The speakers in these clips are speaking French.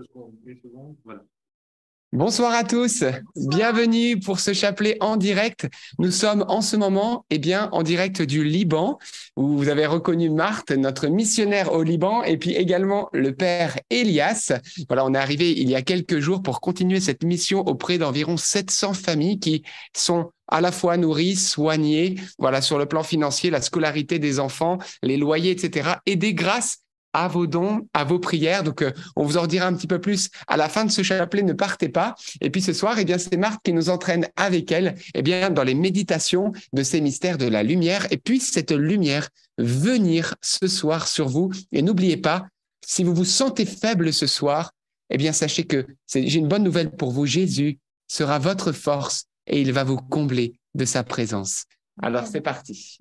Bonsoir à tous, bienvenue pour ce chapelet en direct. Nous sommes en ce moment en direct du Liban, où vous avez reconnu Marthe, notre missionnaire au Liban, et puis également le père Elias. Voilà, on est arrivé il y a quelques jours pour continuer cette mission auprès d'environ 700 familles qui sont à la fois nourries, soignées, voilà, sur le plan financier, la scolarité des enfants, les loyers, etc., aidées grâce à vos dons, à vos prières. Donc, on vous en dira un petit peu plus à la fin de ce chapelet. Ne partez pas. Et puis ce soir, c'est Marthe qui nous entraîne avec elle, dans les méditations de ces mystères de la lumière. Et puis cette lumière venir ce soir sur vous. Et n'oubliez pas, si vous vous sentez faible ce soir, sachez que j'ai une bonne nouvelle pour vous. Jésus sera votre force et il va vous combler de sa présence. Alors, c'est parti.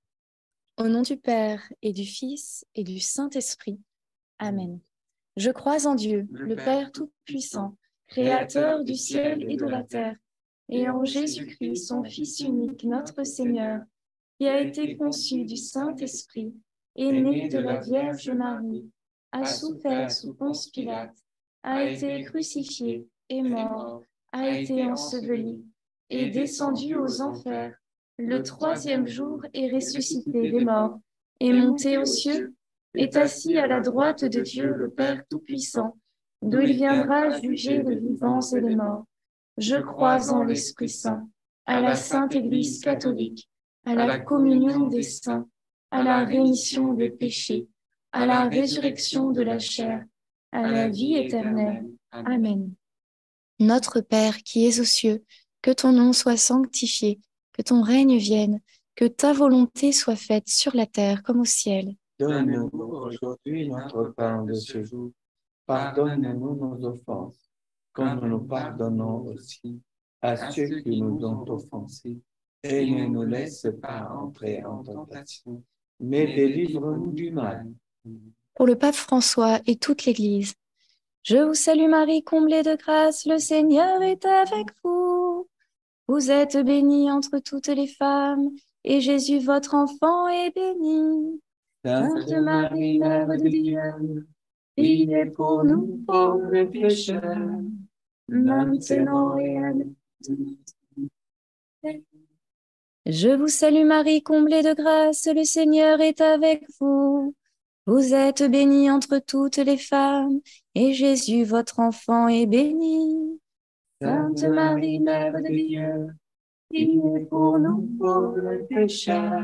Au nom du Père et du Fils et du Saint-Esprit. Amen. Je crois en Dieu, le Père Tout-Puissant, Créateur du ciel et de la terre, et en Jésus-Christ, son Fils unique, notre Seigneur, qui a été conçu du Saint-Esprit, est né de la Vierge Marie, a souffert sous Ponce Pilate, a été crucifié, est mort, a été enseveli, est descendu aux enfers. Le troisième jour est ressuscité des morts, est monté aux cieux, est assis à la droite de Dieu le Père Tout-Puissant, d'où il viendra juger les vivants et les morts. Je crois en l'Esprit Saint, à la Sainte Église catholique, à la communion des saints, à la rémission des péchés, à la résurrection de la chair, à la vie éternelle. Amen. Notre Père qui es aux cieux, que ton nom soit sanctifié, que ton règne vienne, que ta volonté soit faite sur la terre comme au ciel. Donne-nous aujourd'hui notre pain de ce jour. Pardonne-nous nos offenses, comme nous pardonnons aussi à ceux qui nous ont offensés. Et ne nous laisse pas entrer en tentation, mais délivre-nous du mal. Pour le pape François et toute l'Église. Je vous salue Marie, comblée de grâce, le Seigneur est avec vous. Vous êtes bénie entre toutes les femmes, et Jésus, votre enfant, est béni. Sainte Marie, Mère de Dieu, priez pour nous pauvres pécheurs, maintenant et à l'heure de notre mort. Je vous salue Marie, comblée de grâce, le Seigneur est avec vous. Vous êtes bénie entre toutes les femmes, et Jésus, votre enfant, est béni. Sainte Marie, Mère de Dieu, priez pour nous pauvres pécheurs,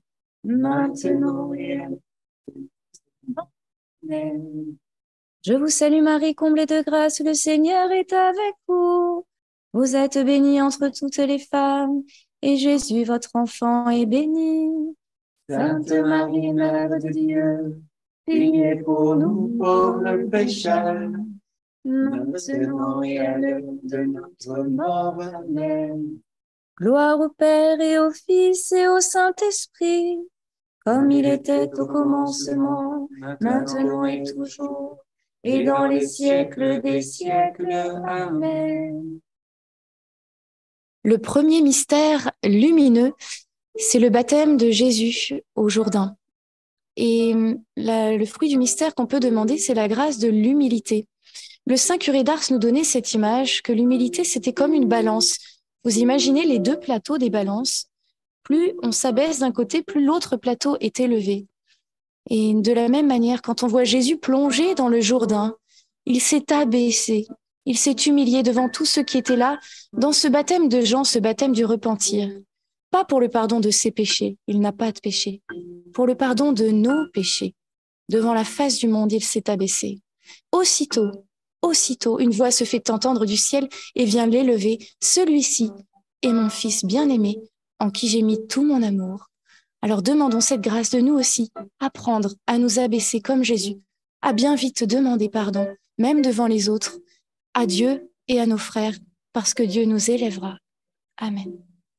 maintenant et à l'heure de notre mort. Je vous salue Marie, comblée de grâce, le Seigneur est avec vous. Vous êtes bénie entre toutes les femmes, et Jésus, votre enfant, est béni. Sainte Marie, Mère de Dieu, priez pour nous pauvres pécheurs, maintenant et à l'heure de notre mort. Amen. Gloire au Père et au Fils et au Saint-Esprit, comme il était au commencement, maintenant et toujours, et dans les siècles des siècles. Amen. Le premier mystère lumineux, c'est le baptême de Jésus au Jourdain. Et le fruit du mystère qu'on peut demander, c'est la grâce de l'humilité. Le saint curé d'Ars nous donnait cette image que l'humilité, c'était comme une balance. Vous imaginez les deux plateaux des balances. Plus on s'abaisse d'un côté, plus l'autre plateau est élevé. Et de la même manière, quand on voit Jésus plonger dans le Jourdain, il s'est abaissé, il s'est humilié devant tous ceux qui étaient là dans ce baptême de Jean, ce baptême du repentir. Pas pour le pardon de ses péchés, il n'a pas de péché. Pour le pardon de nos péchés. Devant la face du monde, il s'est abaissé. Aussitôt, une voix se fait entendre du ciel et vient l'élever. Celui-ci est mon Fils bien-aimé, en qui j'ai mis tout mon amour. Alors demandons cette grâce de nous aussi, apprendre à nous abaisser comme Jésus, à bien vite demander pardon, même devant les autres, à Dieu et à nos frères, parce que Dieu nous élèvera. Amen.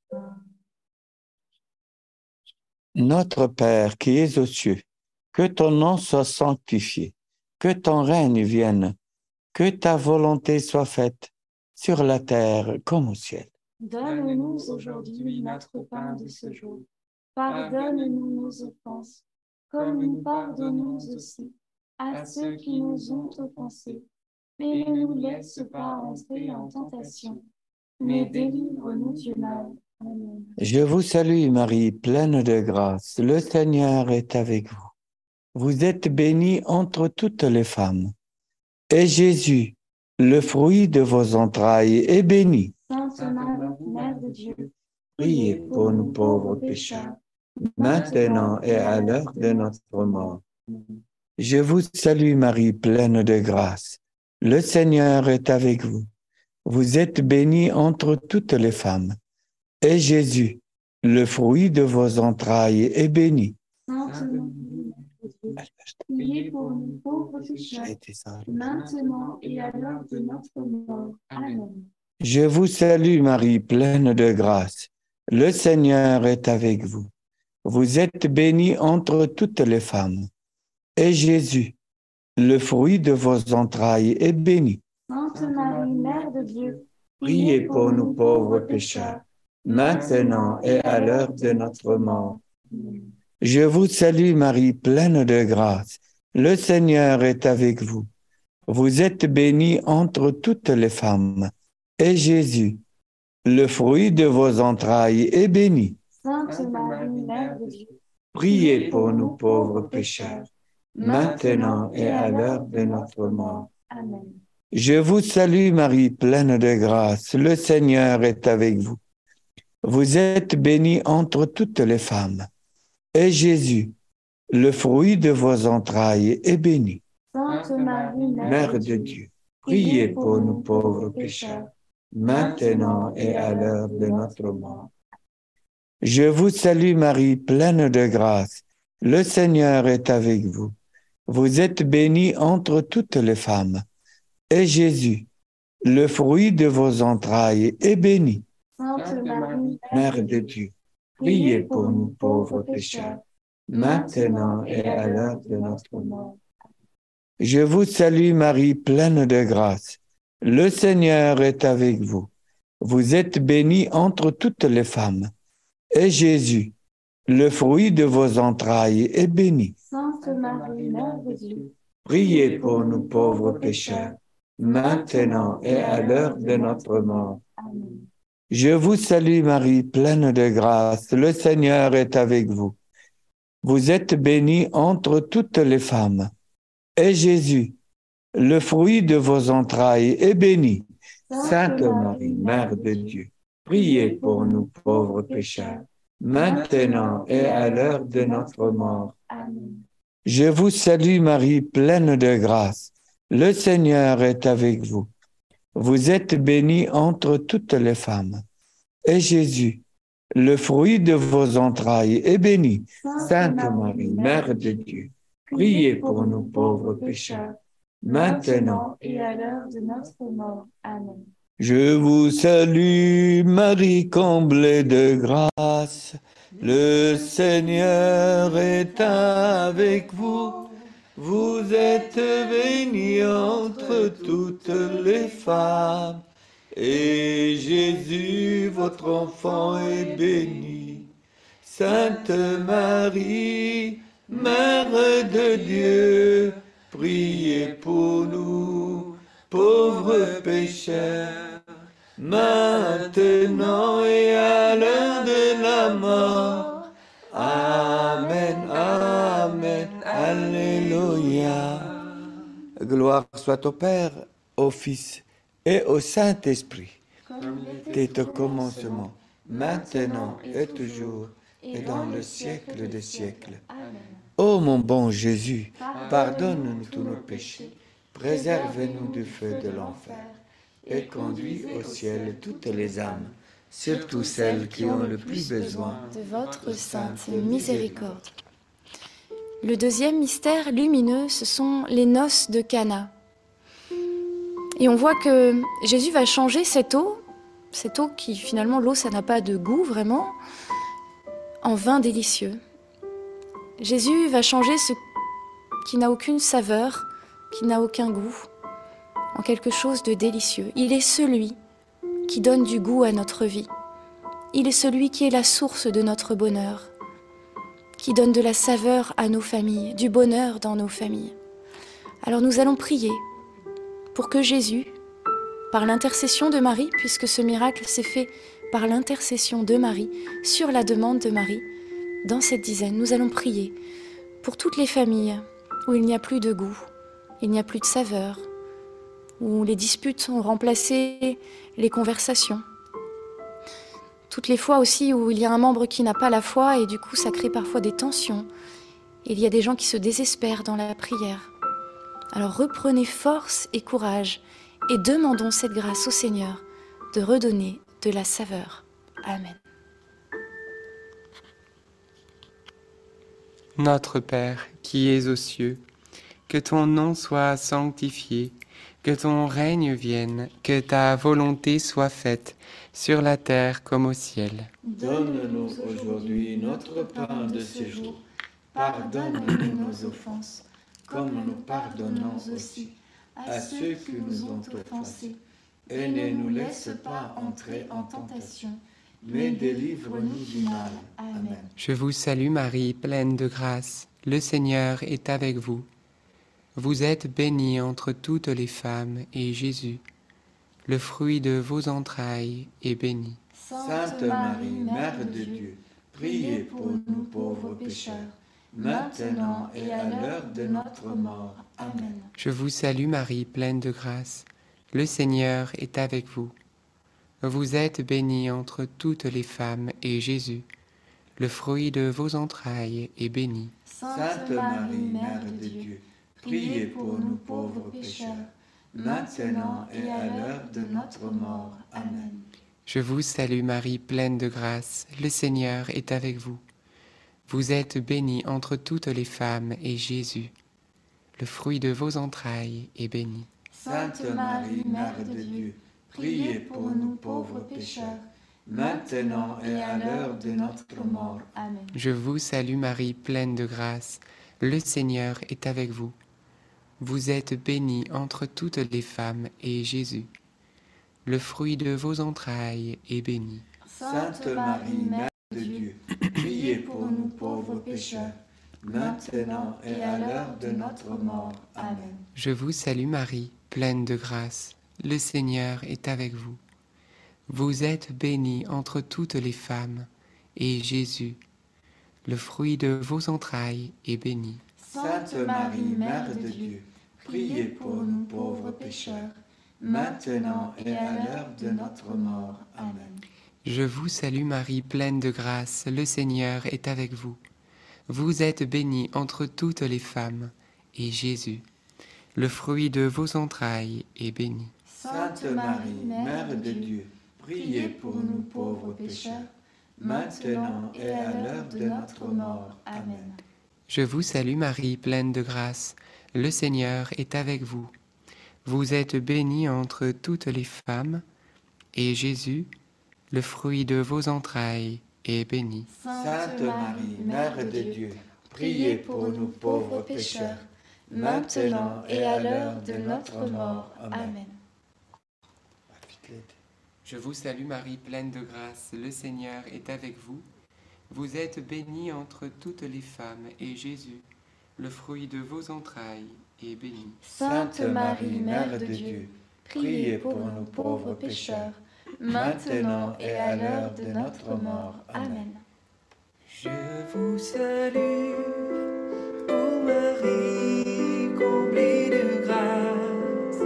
Notre Père qui es aux cieux, que ton nom soit sanctifié, que ton règne vienne, que ta volonté soit faite sur la terre comme au ciel. Donne-nous aujourd'hui notre pain de ce jour. Pardonne-nous nos offenses, comme nous pardonnons aussi à ceux qui nous ont offensés. mais ne nous laisse pas entrer en tentation, mais délivre-nous du mal. Amen. Je vous salue Marie, pleine de grâce. Le Seigneur est avec vous. Vous êtes bénie entre toutes les femmes. Et Jésus, le fruit de vos entrailles, est béni. Sainte Marie, Mère de Dieu, Priez pour nous pauvres pécheurs, maintenant et à l'heure de notre mort. Je vous salue Marie, pleine de grâce. Le Seigneur est avec vous. Vous êtes bénie entre toutes les femmes. Et Jésus, le fruit de vos entrailles, est béni. Sainte Marie, Mère de Dieu, priez pour nous pauvres pécheurs, maintenant et à l'heure de notre mort. Amen. Je vous salue Marie, pleine de grâce. Le Seigneur est avec vous. Vous êtes bénie entre toutes les femmes. Et Jésus, le fruit de vos entrailles, est béni. Sainte Marie, Mère de Dieu, Priez pour nous pauvres pécheurs, maintenant et à l'heure de notre mort. Je vous salue Marie, pleine de grâce. Le Seigneur est avec vous. Vous êtes bénie entre toutes les femmes. Et Jésus, le fruit de vos entrailles, est béni. Sainte Marie, Mère de Dieu, Priez pour nous pauvres pécheurs, maintenant et à l'heure de notre mort. Amen. Je vous salue Marie, pleine de grâce. Le Seigneur est avec vous. Vous êtes bénie entre toutes les femmes. Et Jésus, le fruit de vos entrailles, est béni. Sainte Marie, Mère de Dieu, priez pour nous pauvres pécheurs, maintenant et à l'heure de notre mort. Je vous salue Marie, pleine de grâce. Le Seigneur est avec vous. Vous êtes bénie entre toutes les femmes. Et Jésus, le fruit de vos entrailles, est béni. Sainte Marie, Mère de Dieu, priez pour nous pauvres pécheurs, maintenant et à l'heure de notre mort. Je vous salue Marie, pleine de grâce. Le Seigneur est avec vous. Vous êtes bénie entre toutes les femmes. Et Jésus, le fruit de vos entrailles, est béni. Sainte Marie, Mère de Dieu, priez pour nous pauvres pécheurs, maintenant et à l'heure de notre mort. Amen. Je vous salue Marie, pleine de grâce. Le Seigneur est avec vous. Vous êtes bénie entre toutes les femmes. Et Jésus, le fruit de vos entrailles, est béni. Sainte Marie, Mère de Dieu, priez pour nous pauvres pécheurs, maintenant et à l'heure de notre mort. Amen. Je vous salue Marie, pleine de grâce. Le Seigneur est avec vous. Vous êtes bénie entre toutes les femmes. Et Jésus, le fruit de vos entrailles, est béni. Sainte Marie, Mère de Dieu, priez pour nous pauvres pécheurs, maintenant et à l'heure de notre mort. Amen. Je vous salue, Marie comblée de grâce. Le Seigneur est avec vous. Vous êtes bénie entre toutes les femmes. Et Jésus, votre enfant, est béni. Sainte Marie, Mère de Dieu, priez pour nous, pauvres pécheurs, maintenant et à l'heure de la mort. Amen, Amen, Alléluia. Gloire soit au Père, au Fils et au Saint-Esprit, comme il était au commencement, maintenant et toujours, et dans le siècle des siècles. Ô mon bon Jésus, pardonne-nous tous nos péchés, préservez-nous du feu de l'enfer, et conduis au ciel toutes les âmes, surtout celles qui ont le plus besoin de votre sainte miséricorde. Le deuxième mystère lumineux, ce sont les noces de Cana. Et on voit que Jésus va changer cette eau qui finalement, l'eau, ça n'a pas de goût vraiment, en vin délicieux. Jésus va changer ce qui n'a aucune saveur, qui n'a aucun goût, en quelque chose de délicieux. Il est celui qui donne du goût à notre vie. Il est celui qui est la source de notre bonheur, qui donne de la saveur à nos familles, du bonheur dans nos familles. Alors nous allons prier pour que Jésus, par l'intercession de Marie, puisque ce miracle s'est fait par l'intercession de Marie, sur la demande de Marie, dans cette dizaine, nous allons prier pour toutes les familles où il n'y a plus de goût, il n'y a plus de saveur, où les disputes ont remplacé les conversations. Toutes les fois aussi où il y a un membre qui n'a pas la foi et du coup ça crée parfois des tensions. Il y a des gens qui se désespèrent dans la prière. Alors reprenez force et courage et demandons cette grâce au Seigneur de redonner de la saveur. Amen. Notre Père, qui es aux cieux, que ton nom soit sanctifié, que ton règne vienne, que ta volonté soit faite, sur la terre comme au ciel. Donne-nous aujourd'hui notre pain de ce jour. Pardonne-nous nos offenses, comme nous pardonnons aussi à ceux qui nous ont offensés. Et ne nous laisse pas entrer en tentation, mais délivre-nous du mal. Amen. Je vous salue Marie, pleine de grâce. Le Seigneur est avec vous. Vous êtes bénie entre toutes les femmes, et Jésus, le fruit de vos entrailles, est béni. Sainte Marie, Mère de Dieu, priez pour nous pauvres pécheurs, maintenant et à l'heure de notre mort. Amen. Je vous salue Marie, pleine de grâce. Le Seigneur est avec vous. Vous êtes bénie entre toutes les femmes, et Jésus, le fruit de vos entrailles, est béni. Sainte Marie, Mère de Dieu, priez pour nous pauvres pécheurs, maintenant et à l'heure de notre mort. Amen. Je vous salue Marie, pleine de grâce. Le Seigneur est avec vous. Vous êtes bénie entre toutes les femmes, et Jésus, le fruit de vos entrailles, est béni. Sainte Marie, Mère de Dieu, priez pour nous pauvres pécheurs, maintenant et à l'heure de notre mort. Amen. Je vous salue Marie, pleine de grâce. Le Seigneur est avec vous. Vous êtes bénie entre toutes les femmes, et Jésus, le fruit de vos entrailles, est béni. Sainte Marie, Mère de Dieu, priez pour nous pauvres pécheurs, maintenant et à l'heure de notre mort. Amen. Je vous salue Marie, pleine de grâce. Le Seigneur est avec vous. Vous êtes bénie entre toutes les femmes, et Jésus, le fruit de vos entrailles, est béni. Sainte Marie, Mère de Dieu, priez pour nous pauvres pécheurs, maintenant et à l'heure de notre mort. Amen. Je vous salue Marie, pleine de grâce. Le Seigneur est avec vous. Vous êtes bénie entre toutes les femmes, et Jésus, le fruit de vos entrailles, est béni. Sainte Marie, Mère de Dieu, priez pour nous pauvres pécheurs, maintenant et à l'heure de notre mort. Amen. Je vous salue Marie, pleine de grâce. Le Seigneur est avec vous. Vous êtes bénie entre toutes les femmes, et Jésus, le fruit de vos entrailles, est béni. Sainte Marie, Mère de Dieu, priez pour nous pauvres pécheurs, maintenant et à l'heure de notre mort. Amen. Je vous salue Marie, pleine de grâce. Le Seigneur est avec vous. Vous êtes bénie entre toutes les femmes, et Jésus, le fruit de vos entrailles, est béni. Sainte Marie, Mère de Dieu, priez pour nous pauvres pécheurs, maintenant et à l'heure de notre mort. Amen. Je vous salue, ô Marie, comblée de grâce.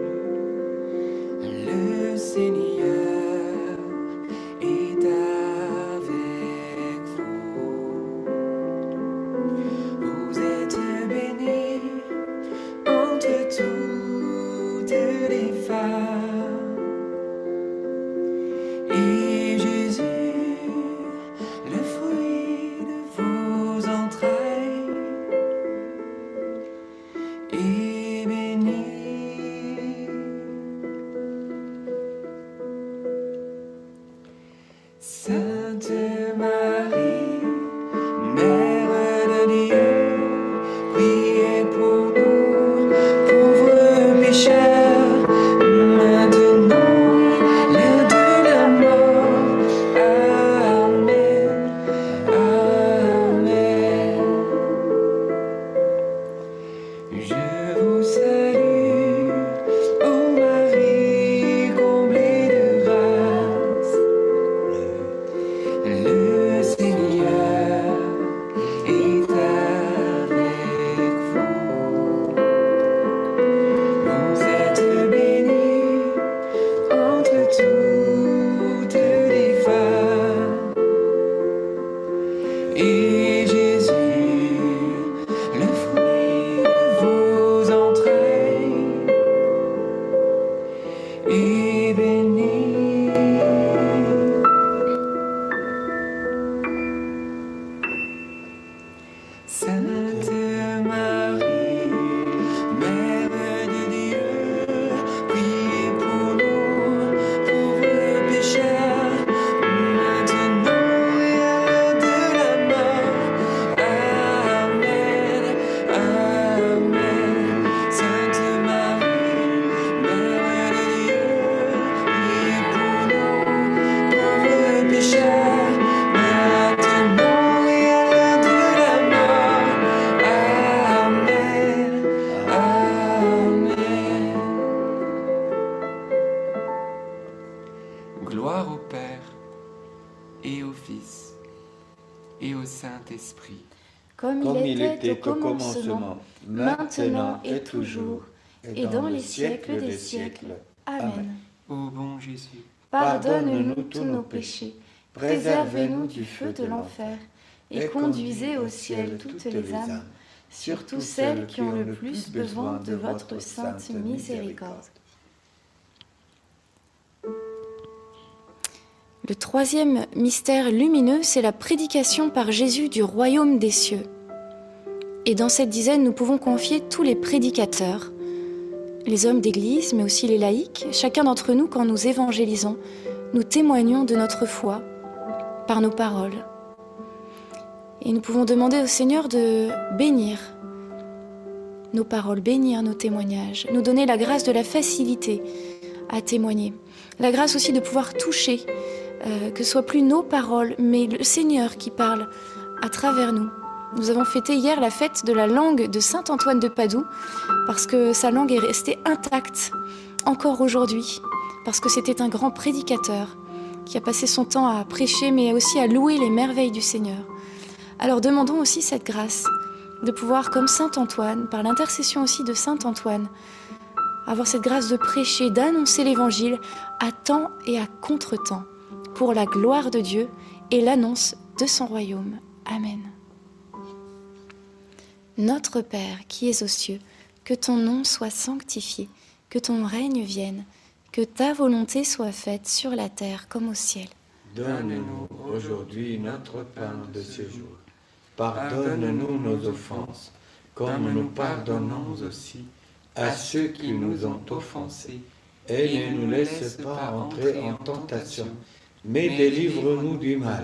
Le Seigneur est avec vous. Vous êtes bénie entre toutes les femmes, et Jésus, le fruit de vos entrailles, est béni. Sainte Marie, Mère de Dieu, priez pour nous, pauvres pécheurs, maintenant et à l'heure de la mort. Amen. Amen. Je vous salue, ô comme il était au commencement, maintenant et toujours, et dans les siècles des siècles. Amen. Ô bon Jésus, Pardonne-nous tous nos péchés, préservez-nous du feu de l'enfer, et conduisez au ciel toutes les âmes, surtout celles qui ont le plus besoin de votre sainte miséricorde. Le troisième mystère lumineux, c'est la prédication par Jésus du royaume des cieux. Et dans cette dizaine, nous pouvons confier tous les prédicateurs, les hommes d'église, mais aussi les laïcs. Chacun d'entre nous, quand nous évangélisons, nous témoignons de notre foi par nos paroles. Et nous pouvons demander au Seigneur de bénir nos paroles, bénir nos témoignages, nous donner la grâce de la facilité à témoigner, la grâce aussi de pouvoir toucher, que ce soit plus nos paroles, mais le Seigneur qui parle à travers nous. Nous avons fêté hier la fête de la langue de saint Antoine de Padoue, parce que sa langue est restée intacte encore aujourd'hui, parce que c'était un grand prédicateur qui a passé son temps à prêcher, mais aussi à louer les merveilles du Seigneur. Alors demandons aussi cette grâce de pouvoir, comme saint Antoine, par l'intercession aussi de saint Antoine, avoir cette grâce de prêcher, d'annoncer l'Évangile à temps et à contre-temps, pour la gloire de Dieu et l'annonce de son royaume. Amen. Notre Père qui es aux cieux, que ton nom soit sanctifié, que ton règne vienne, que ta volonté soit faite sur la terre comme au ciel. donne-nous aujourd'hui notre pain de ce jour. Pardonne-nous nos offenses, comme nous pardonnons aussi à ceux qui nous ont offensés. Et ne nous laisse pas entrer en tentation, mais délivre-nous du mal.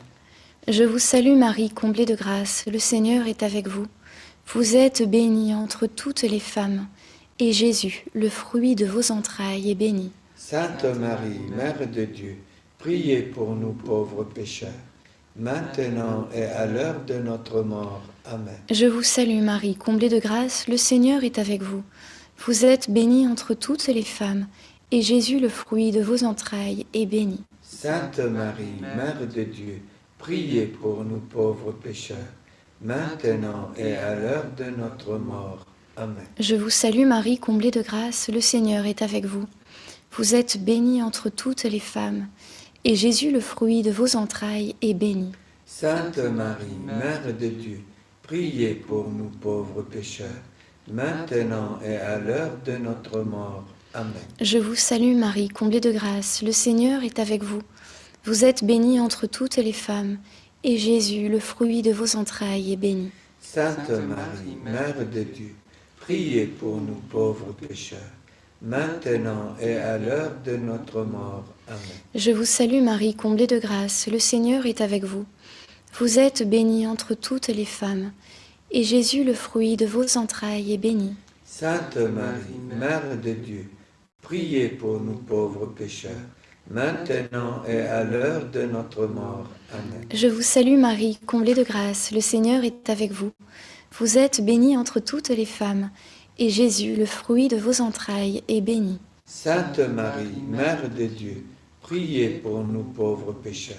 Je vous salue Marie, comblée de grâce, le Seigneur est avec vous. Vous êtes bénie entre toutes les femmes, et Jésus, le fruit de vos entrailles, est béni. Sainte Marie, Mère de Dieu, priez pour nous pauvres pécheurs, maintenant et à l'heure de notre mort. Amen. Je vous salue Marie, comblée de grâce, le Seigneur est avec vous. Vous êtes bénie entre toutes les femmes, et Jésus, le fruit de vos entrailles, est béni. Sainte Marie, Mère de Dieu, priez pour nous pauvres pécheurs, maintenant et à l'heure de notre mort. Amen. Je vous salue Marie, comblée de grâce, le Seigneur est avec vous. Vous êtes bénie entre toutes les femmes, et Jésus, le fruit de vos entrailles, est béni. Sainte Marie, Mère de Dieu, priez pour nous pauvres pécheurs, maintenant et à l'heure de notre mort. Amen. Je vous salue Marie, comblée de grâce, le Seigneur est avec vous. Vous êtes bénie entre toutes les femmes, et Jésus, le fruit de vos entrailles, est béni. Sainte Marie, Mère de Dieu, priez pour nous pauvres pécheurs, maintenant et à l'heure de notre mort. Amen. Je vous salue Marie, comblée de grâce, le Seigneur est avec vous. Vous êtes bénie entre toutes les femmes, et Jésus, le fruit de vos entrailles, est béni. Sainte Marie, Mère de Dieu, priez pour nous pauvres pécheurs, maintenant et à l'heure de notre mort. Amen. Je vous salue Marie, comblée de grâce, le Seigneur est avec vous. Vous êtes bénie entre toutes les femmes, et Jésus, le fruit de vos entrailles, est béni. Sainte Marie, Mère de Dieu, priez pour nous pauvres pécheurs,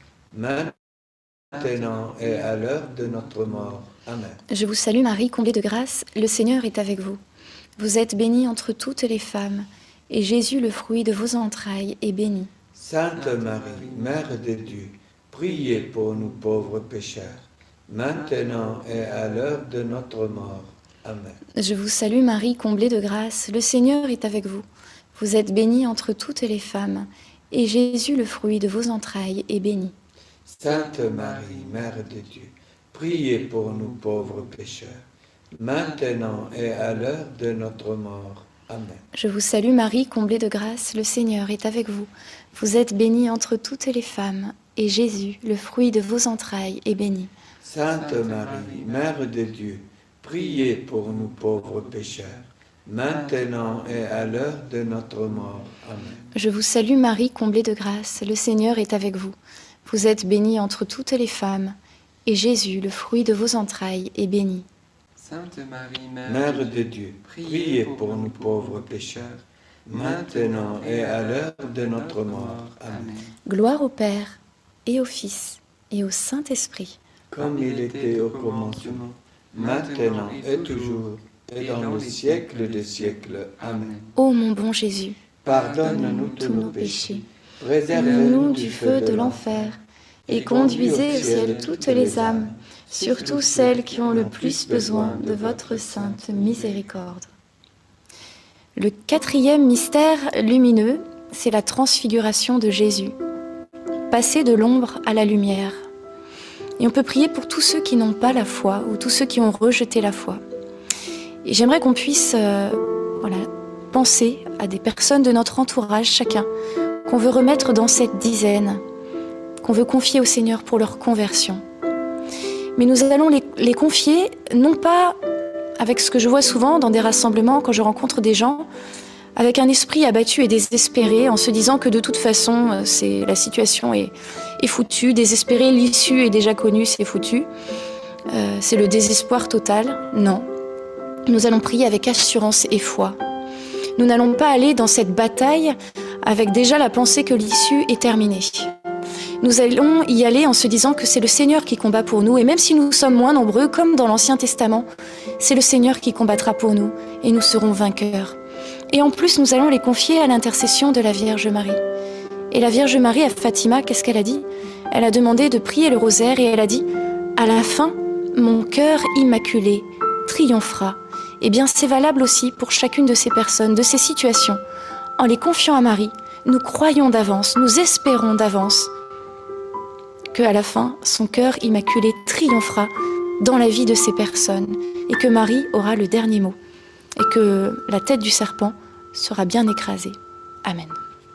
maintenant et à l'heure de notre mort. Amen. Je vous salue Marie, comblée de grâce, le Seigneur est avec vous. Vous êtes bénie entre toutes les femmes, et Jésus, le fruit de vos entrailles, est béni. Sainte Marie, Mère de Dieu, priez pour nous pauvres pécheurs, maintenant et à l'heure de notre mort. Amen. Je vous salue Marie, comblée de grâce, le Seigneur est avec vous. Vous êtes bénie entre toutes les femmes, et Jésus, le fruit de vos entrailles, est béni. Sainte Marie, Mère de Dieu, priez pour nous pauvres pécheurs, maintenant et à l'heure de notre mort. Amen. Je vous salue Marie, comblée de grâce, le Seigneur est avec vous. Vous êtes bénie entre toutes les femmes, et Jésus, le fruit de vos entrailles, est béni. Sainte Marie, Mère de Dieu, priez pour nous pauvres pécheurs, maintenant et à l'heure de notre mort. Amen. Je vous salue Marie, comblée de grâce, le Seigneur est avec vous. Vous êtes bénie entre toutes les femmes, et Jésus, le fruit de vos entrailles, est béni. Sainte Marie, Mère de Dieu, priez pour nous pauvres pécheurs, maintenant et à l'heure de notre mort. Amen. Gloire au Père, et au Fils, et au Saint-Esprit, comme il était au commencement, maintenant et toujours, et dans le siècle des siècles. Amen. Ô mon bon Jésus, Pardonne-nous tous nos péchés, préservez-nous du feu de l'enfer, et conduisez au ciel toutes les âmes, surtout celles qui ont le plus besoin de votre sainte miséricorde. Le quatrième mystère lumineux, c'est la transfiguration de Jésus, passer de l'ombre à la lumière. Et on peut prier pour tous ceux qui n'ont pas la foi ou tous ceux qui ont rejeté la foi. Et j'aimerais qu'on puisse penser à des personnes de notre entourage, chacun, qu'on veut remettre dans cette dizaine, qu'on veut confier au Seigneur pour leur conversion. Mais nous allons les confier, non pas avec ce que je vois souvent dans des rassemblements, quand je rencontre des gens, avec un esprit abattu et désespéré, en se disant que de toute façon, la situation est foutue, désespéré, l'issue est déjà connue, c'est foutu. C'est le désespoir total. Non. Nous allons prier avec assurance et foi. Nous n'allons pas aller dans cette bataille avec déjà la pensée que l'issue est terminée. Nous allons y aller en se disant que c'est le Seigneur qui combat pour nous, et même si nous sommes moins nombreux, comme dans l'Ancien Testament, c'est le Seigneur qui combattra pour nous, et nous serons vainqueurs. Et en plus, nous allons les confier à l'intercession de la Vierge Marie. Et la Vierge Marie, à Fatima, qu'est-ce qu'elle a dit? Elle a demandé de prier le rosaire, et elle a dit « À la fin, mon cœur immaculé triomphera ». Eh bien, c'est valable aussi pour chacune de ces personnes, de ces situations. En les confiant à Marie, nous croyons d'avance, nous espérons d'avance qu'à la fin, son cœur immaculé triomphera dans la vie de ces personnes et que Marie aura le dernier mot et que la tête du serpent sera bien écrasée. Amen.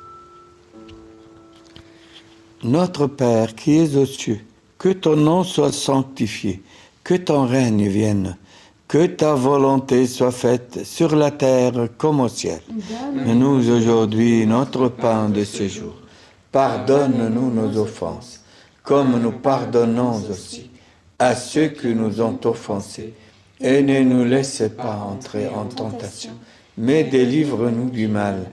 Notre Père qui es aux cieux, que ton nom soit sanctifié, que ton règne vienne, que ta volonté soit faite sur la terre comme au ciel. Donne-nous aujourd'hui notre pain de ce jour. Pardonne-nous nos offenses, comme nous pardonnons aussi à ceux qui nous ont offensés. Et ne nous laisse pas entrer en tentation, mais délivre-nous du mal.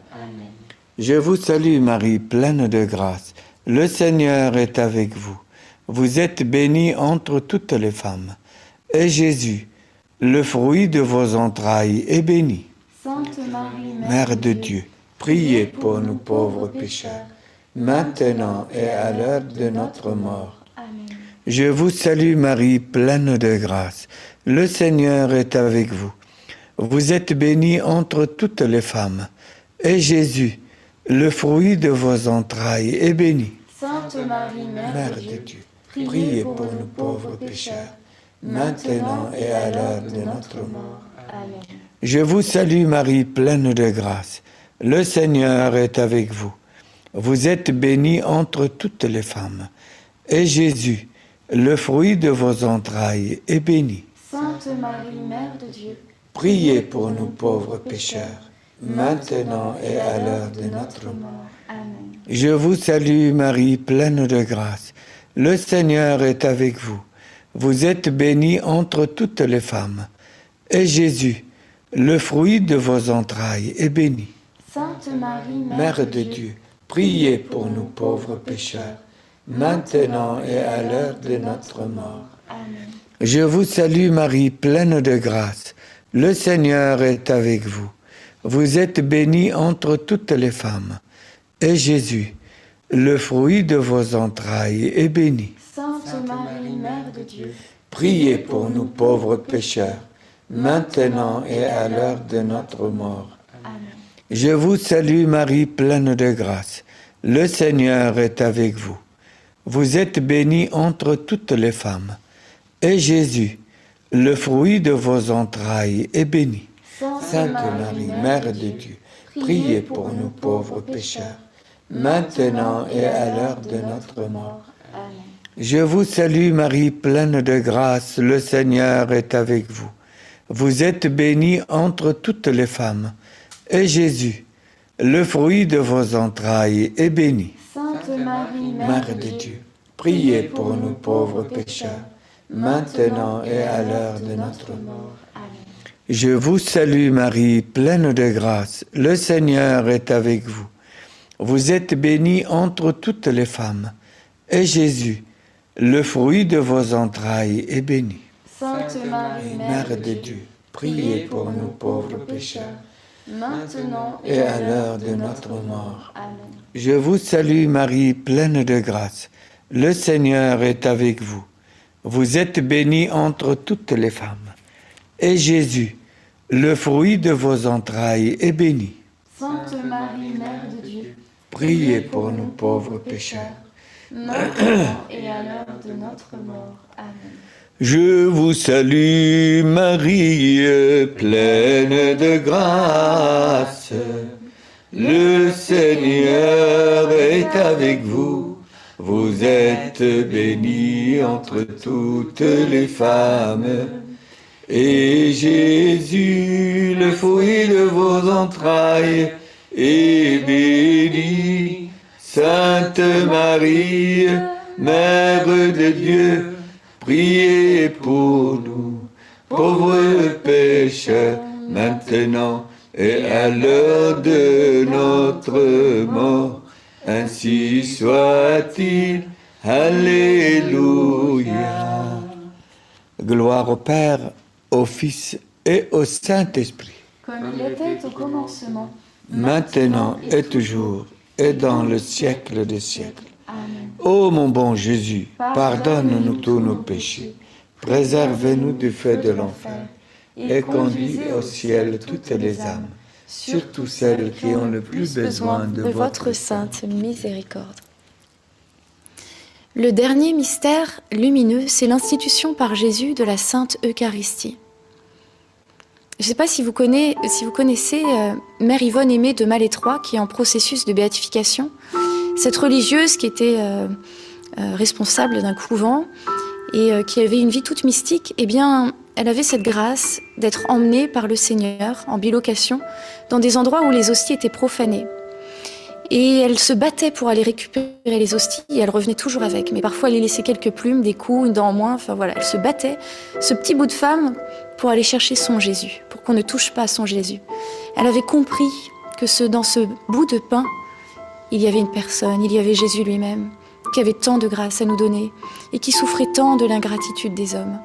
Je vous salue Marie, pleine de grâce. Le Seigneur est avec vous. Vous êtes bénie entre toutes les femmes. Et Jésus, le fruit de vos entrailles, est béni. Sainte Marie, Mère de Dieu, priez pour nous pauvres pécheurs, maintenant et à l'heure de notre mort. Amen. Je vous salue Marie, pleine de grâce. Le Seigneur est avec vous. Vous êtes bénie entre toutes les femmes. Et Jésus, le fruit de vos entrailles, est béni. Sainte Marie, Mère de Dieu, priez pour nous pauvres pécheurs, maintenant et à l'heure de notre mort. Amen. Je vous salue Marie, pleine de grâce. Le Seigneur est avec vous. Vous êtes bénie entre toutes les femmes. Et Jésus, le fruit de vos entrailles, est béni. Sainte Marie, Mère de Dieu, Priez pour nous pauvres pécheurs, maintenant et à l'heure de notre mort. Amen. Je vous salue Marie, pleine de grâce. Le Seigneur est avec vous. Vous êtes bénie entre toutes les femmes. Et Jésus, le fruit de vos entrailles, est béni. Sainte Marie, Mère de Dieu, priez pour nous pauvres pécheurs, maintenant et à l'heure de notre mort. Amen. Je vous salue Marie, pleine de grâce. Le Seigneur est avec vous. Vous êtes bénie entre toutes les femmes. Et Jésus, le fruit de vos entrailles, est béni. Sainte Marie, Mère de Dieu, Priez pour nous pauvres pécheurs, maintenant et à l'heure de notre mort. Amen. Je vous salue Marie, pleine de grâce. Le Seigneur est avec vous. Vous êtes bénie entre toutes les femmes. Et Jésus, le fruit de vos entrailles, est béni. Sainte Marie, Mère de Dieu, priez pour nous pauvres pécheurs, maintenant et à l'heure de notre mort. Amen. Je vous salue Marie, pleine de grâce, le Seigneur est avec vous. Vous êtes bénie entre toutes les femmes. Et Jésus, le fruit de vos entrailles, est béni. Sainte Marie, Mère de Dieu, priez pour nous pauvres pécheurs, maintenant et à l'heure de notre mort. Amen. Je vous salue Marie, pleine de grâce, le Seigneur est avec vous. Vous êtes bénie entre toutes les femmes. Et Jésus, Le fruit de vos entrailles est béni. Sainte Marie, Mère de Dieu, priez pour nous pauvres pécheurs, maintenant et à l'heure de notre mort. Amen. Je vous salue Marie, pleine de grâce. Le Seigneur est avec vous. Vous êtes bénie entre toutes les femmes. Et Jésus, le fruit de vos entrailles, est béni. Sainte Marie, Mère de Dieu, Priez pour nous pauvres pécheurs, maintenant et à l'heure de notre mort. Amen. Je vous salue Marie, pleine de grâce. Le Seigneur est avec vous. Vous êtes bénie entre toutes les femmes. Et Jésus, le fruit de vos entrailles, est béni. Sainte Marie, Mère de Dieu, priez pour nous, pauvres pécheurs, maintenant et à l'heure de notre mort. Ainsi soit-il. Alléluia. Gloire au Père, au Fils et au Saint-Esprit. Comme il était au commencement, Maintenant et toujours, et dans le siècle des siècles. Amen. Ô mon bon Jésus, pardonne-nous tous nos péchés, préservez-nous du feu de l'enfer, et conduis au ciel toutes les âmes, surtout celles qui ont le plus besoin de votre sainte miséricorde. Le dernier mystère lumineux, c'est l'institution par Jésus de la Sainte Eucharistie. Je ne sais pas si vous connaissez Mère Yvonne Aimée de Malétroit, qui est en processus de béatification. Cette religieuse qui était responsable d'un couvent et qui avait une vie toute mystique, eh bien, elle avait cette grâce d'être emmenée par le Seigneur en bilocation dans des endroits où les hosties étaient profanées. Et elle se battait pour aller récupérer les hosties et elle revenait toujours avec. Mais parfois, elle y laissait quelques plumes, des coups, une dent en moins. Enfin voilà, elle se battait, ce petit bout de femme, pour aller chercher son Jésus, pour qu'on ne touche pas à son Jésus. Elle avait compris que dans ce bout de pain, il y avait une personne, il y avait Jésus lui-même, qui avait tant de grâce à nous donner et qui souffrait tant de l'ingratitude des hommes.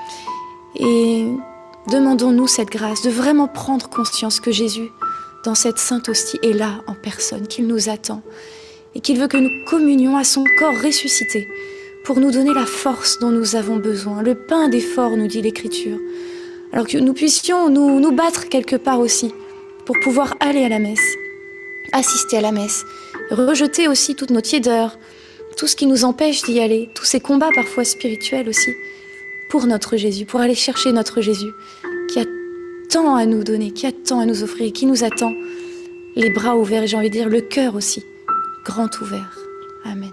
Et demandons-nous cette grâce de vraiment prendre conscience que Jésus, dans cette sainte hostie, est là en personne, qu'il nous attend et qu'il veut que nous communions à son corps ressuscité pour nous donner la force dont nous avons besoin, le pain d'effort, nous dit l'Écriture. Alors que nous puissions nous battre quelque part aussi pour pouvoir aller à la messe, assister à la messe, rejeter aussi toute notre tiédeur, tout ce qui nous empêche d'y aller, tous ces combats parfois spirituels aussi, pour notre Jésus, pour aller chercher notre Jésus, qui a tant à nous donner, qui a tant à nous offrir, qui nous attend, les bras ouverts et j'ai envie de dire le cœur aussi, grand ouvert. Amen.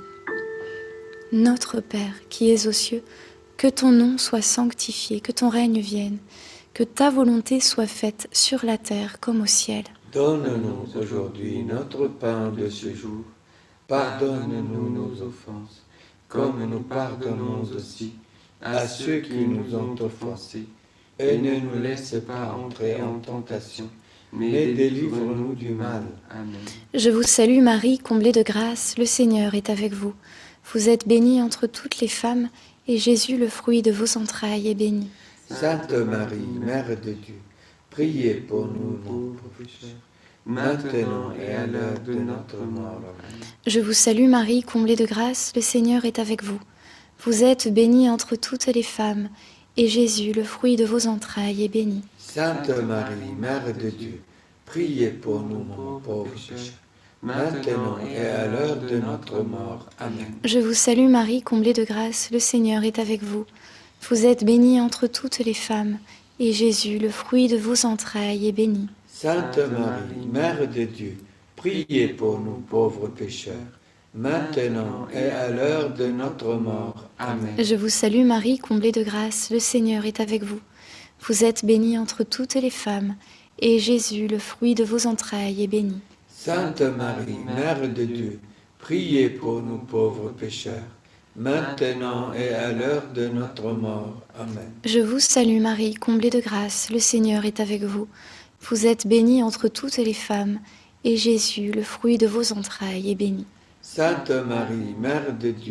Notre Père qui es aux cieux, que ton nom soit sanctifié, que ton règne vienne, que ta volonté soit faite sur la terre comme au ciel. Donne-nous aujourd'hui notre pain de ce jour. Pardonne-nous nos offenses, comme nous pardonnons aussi à ceux qui nous ont offensés. Et ne nous laisse pas entrer en tentation, mais délivre-nous du mal. Amen. Je vous salue Marie, comblée de grâce, le Seigneur est avec vous. Vous êtes bénie entre toutes les femmes, et Jésus, le fruit de vos entrailles, est béni. Sainte Marie, Mère de Dieu, priez pour nous pauvres pécheurs, maintenant et à l'heure de notre mort. Amen. Je vous salue Marie, comblée de grâce, le Seigneur est avec vous. Vous êtes bénie entre toutes les femmes, et Jésus, le fruit de vos entrailles, est béni. Sainte Marie, Mère de Dieu, priez pour nous pauvres pécheurs, maintenant et à l'heure de notre mort. Amen. Je vous salue Marie, comblée de grâce, le Seigneur est avec vous. Vous êtes bénie entre toutes les femmes, et Jésus, le fruit de vos entrailles, est béni. Sainte Marie, Mère de Dieu, priez pour nous pauvres pécheurs, maintenant et à l'heure de notre mort. Amen. Je vous salue Marie, comblée de grâce, le Seigneur est avec vous. Vous êtes bénie entre toutes les femmes, et Jésus, le fruit de vos entrailles, est béni. Sainte Marie, Mère de Dieu, priez pour nous pauvres pécheurs, maintenant et à l'heure de notre mort. Amen. Je vous salue Marie, comblée de grâce, le Seigneur est avec vous. Vous êtes bénie entre toutes les femmes, et Jésus, le fruit de vos entrailles, est béni. Sainte Marie, Mère de Dieu,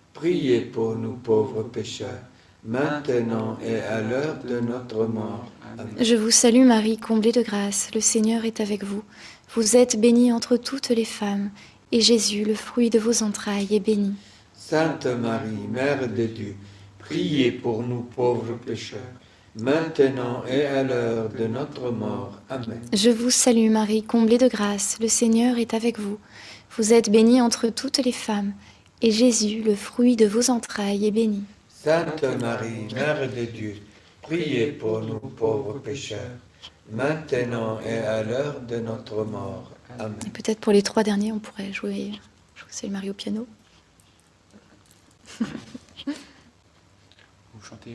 Priez pour nous pauvres pécheurs, maintenant et à l'heure de notre mort. Amen. Je vous salue Marie, comblée de grâce, le Seigneur est avec vous. Vous êtes bénie entre toutes les femmes, et Jésus, le fruit de vos entrailles, est béni. Sainte Marie, Mère de Dieu, priez pour nous pauvres pécheurs, maintenant et à l'heure de notre mort. Amen. Je vous salue Marie, comblée de grâce, le Seigneur est avec vous. Vous êtes bénie entre toutes les femmes, et Jésus, le fruit de vos entrailles, est béni. Sainte Marie, Mère de Dieu, priez pour nous pauvres pécheurs, maintenant et à l'heure de notre mort. Amen. Et peut-être pour les 3 derniers, on pourrait jouer Je vous salue Marie au piano. Vous chantez.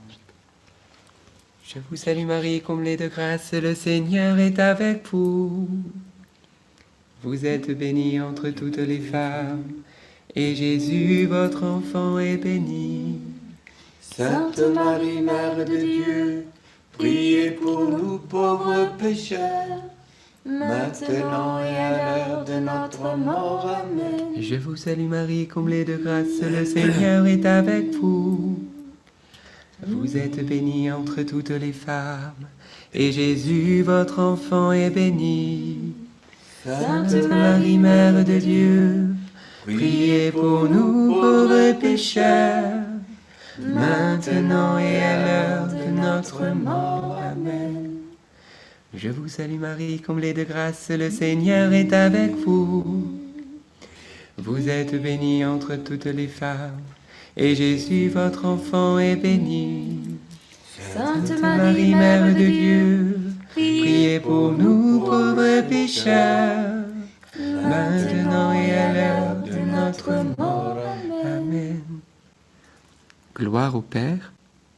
Je vous salue Marie, comblée de grâce, le Seigneur est avec vous. Vous êtes bénie entre toutes les femmes, et Jésus, votre enfant, est béni. Sainte Marie, Mère de Dieu, priez pour nous pauvres pécheurs, maintenant et à l'heure de notre mort. Amen. Je vous salue Marie, comblée de grâce, le Seigneur est avec vous. Vous êtes bénie entre toutes les femmes, et Jésus, votre enfant, est béni. Sainte Marie, Mère de Dieu, priez pour nous pauvres pécheurs, maintenant et à l'heure de notre mort. Amen. Je vous salue Marie, comblée de grâce, le Seigneur est avec vous. Vous êtes bénie entre toutes les femmes, et Jésus, votre enfant, est béni. Sainte Marie, Mère de Dieu, priez pour nous pauvres pécheurs, maintenant et à l'heure de notre mort. Amen. Gloire au Père,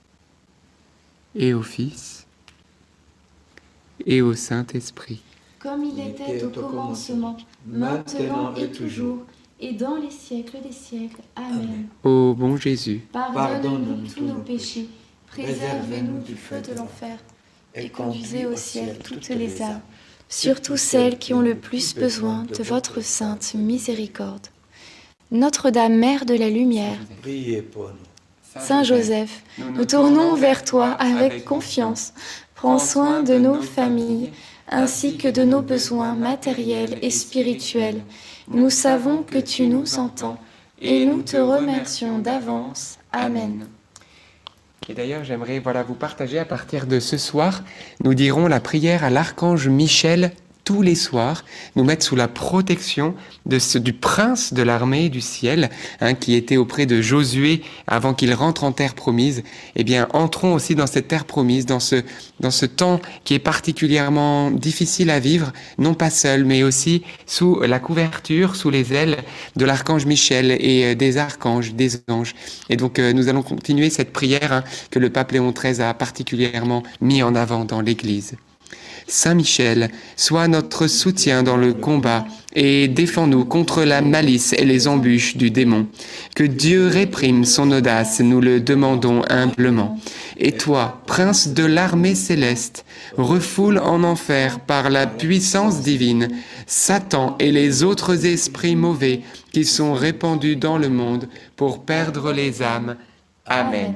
et au Fils, et au Saint-Esprit. Comme il était au commencement, maintenant et toujours, et dans les siècles des siècles. Amen. Ô bon Jésus, Pardonne-nous tous nos péchés, préservez-nous du feu de l'enfer, et conduisez au ciel toutes les âmes, surtout celles qui ont le plus besoin de votre sainte miséricorde. Notre-Dame, Mère de la Lumière, Priez pour nous. Saint Joseph, nous tournons vers toi avec confiance. Prends soin de nos familles, ainsi que de nos besoins matériels et spirituels. Nous savons que tu nous entends, et nous te remercions d'avance. Amen. Et d'ailleurs, j'aimerais vous partager à partir de ce soir, nous dirons la prière à l'archange Michel tous les soirs, nous mettre sous la protection du prince de l'armée du ciel, qui était auprès de Josué avant qu'il rentre en terre promise. Eh bien, entrons aussi dans cette terre promise, dans ce temps qui est particulièrement difficile à vivre, non pas seul, mais aussi sous la couverture, sous les ailes de l'archange Michel et des archanges, des anges. Et donc, nous allons continuer cette prière que le pape Léon XIII a particulièrement mis en avant dans l'Église. Saint Michel, sois notre soutien dans le combat et défends-nous contre la malice et les embûches du démon. Que Dieu réprime son audace, nous le demandons humblement. Et toi, prince de l'armée céleste, refoule en enfer par la puissance divine Satan et les autres esprits mauvais qui sont répandus dans le monde pour perdre les âmes. Amen.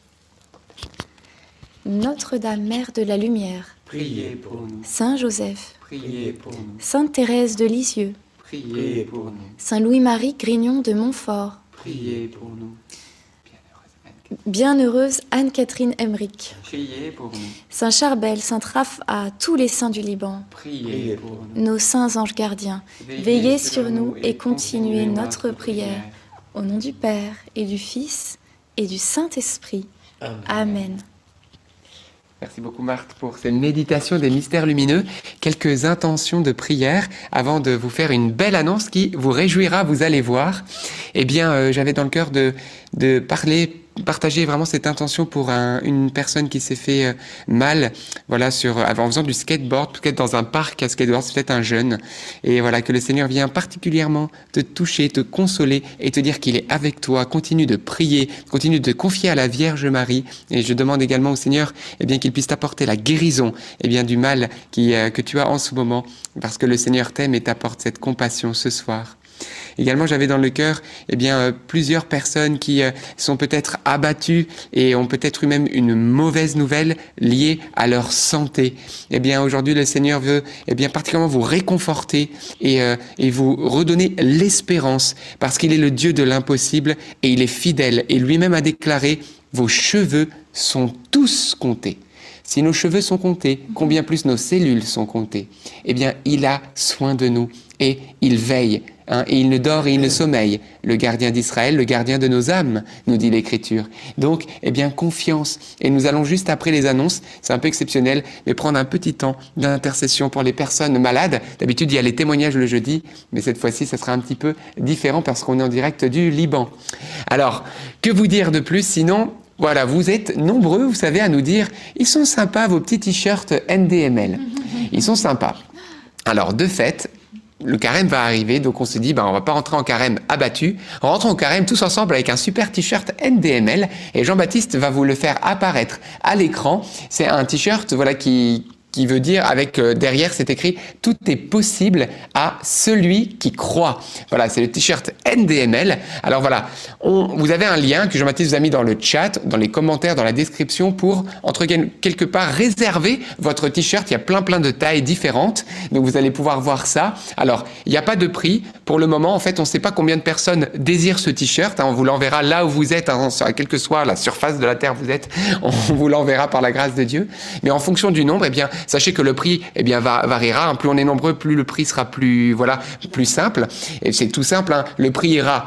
Notre-Dame, Mère de la Lumière, Priez pour nous. Saint Joseph, Priez pour nous. Sainte Thérèse de Lisieux, Priez pour nous. Saint Louis-Marie Grignon de Montfort, Priez pour nous. Bienheureuse Anne-Catherine Emmerich, Priez pour nous. Saint Charbel, Saint Raphaël, tous les saints du Liban, Priez pour nous. nos saints anges gardiens, veillez sur nous et continuez notre prière. Au nom du Père et du Fils et du Saint-Esprit. Amen. Merci beaucoup Marthe pour cette méditation des mystères lumineux. Quelques intentions de prière avant de vous faire une belle annonce qui vous réjouira, vous allez voir. Eh bien, j'avais dans le cœur de partager vraiment cette intention pour une personne qui s'est fait mal, voilà, en faisant du skateboard, peut-être dans un parc à skateboard, c'est peut-être un jeune. Et voilà, que le Seigneur vient particulièrement te toucher, te consoler et te dire qu'il est avec toi. Continue de prier, continue de te confier à la Vierge Marie. Et je demande également au Seigneur, qu'il puisse t'apporter la guérison, du mal que tu as en ce moment, parce que le Seigneur t'aime et t'apporte cette compassion ce soir. Également, j'avais dans le cœur plusieurs personnes qui sont peut-être abattues et ont peut-être eu même une mauvaise nouvelle liée à leur santé. Aujourd'hui, le Seigneur veut particulièrement vous réconforter et vous redonner l'espérance parce qu'il est le Dieu de l'impossible et il est fidèle. Et lui-même a déclaré « Vos cheveux sont tous comptés ». Si nos cheveux sont comptés, combien plus nos cellules sont comptées? Il a soin de nous et il veille. Et il ne dort et il ne sommeille. Le gardien d'Israël, le gardien de nos âmes, nous dit l'Écriture. Donc, confiance. Et nous allons juste après les annonces, c'est un peu exceptionnel, mais prendre un petit temps d'intercession pour les personnes malades. D'habitude, il y a les témoignages le jeudi, mais cette fois-ci, ça sera un petit peu différent parce qu'on est en direct du Liban. Alors, que vous dire de plus sinon? Voilà, vous êtes nombreux, vous savez, à nous dire « Ils sont sympas, vos petits t-shirts NDML. » Ils sont sympas. Alors, de fait, le carême va arriver, donc on se dit, on va pas rentrer en carême abattu, rentrons en carême tous ensemble avec un super t-shirt NDML, et Jean-Baptiste va vous le faire apparaître à l'écran. C'est un t-shirt, qui veut dire, avec derrière, c'est écrit « Tout est possible à celui qui croit ». Voilà, c'est le t-shirt NDML. Alors voilà, vous avez un lien que Jean-Baptiste vous a mis dans le chat, dans les commentaires, dans la description pour, quelque part, réserver votre t-shirt. Il y a plein de tailles différentes, donc vous allez pouvoir voir ça. Alors, il n'y a pas de prix. Pour le moment, en fait, on ne sait pas combien de personnes désirent ce t-shirt. On vous l'enverra là où vous êtes, quelle que soit la surface de la Terre où vous êtes, on vous l'enverra par la grâce de Dieu. Mais en fonction du nombre, sachez que le prix variera. Plus on est nombreux, plus le prix sera plus simple. Et c'est tout simple. Le prix ira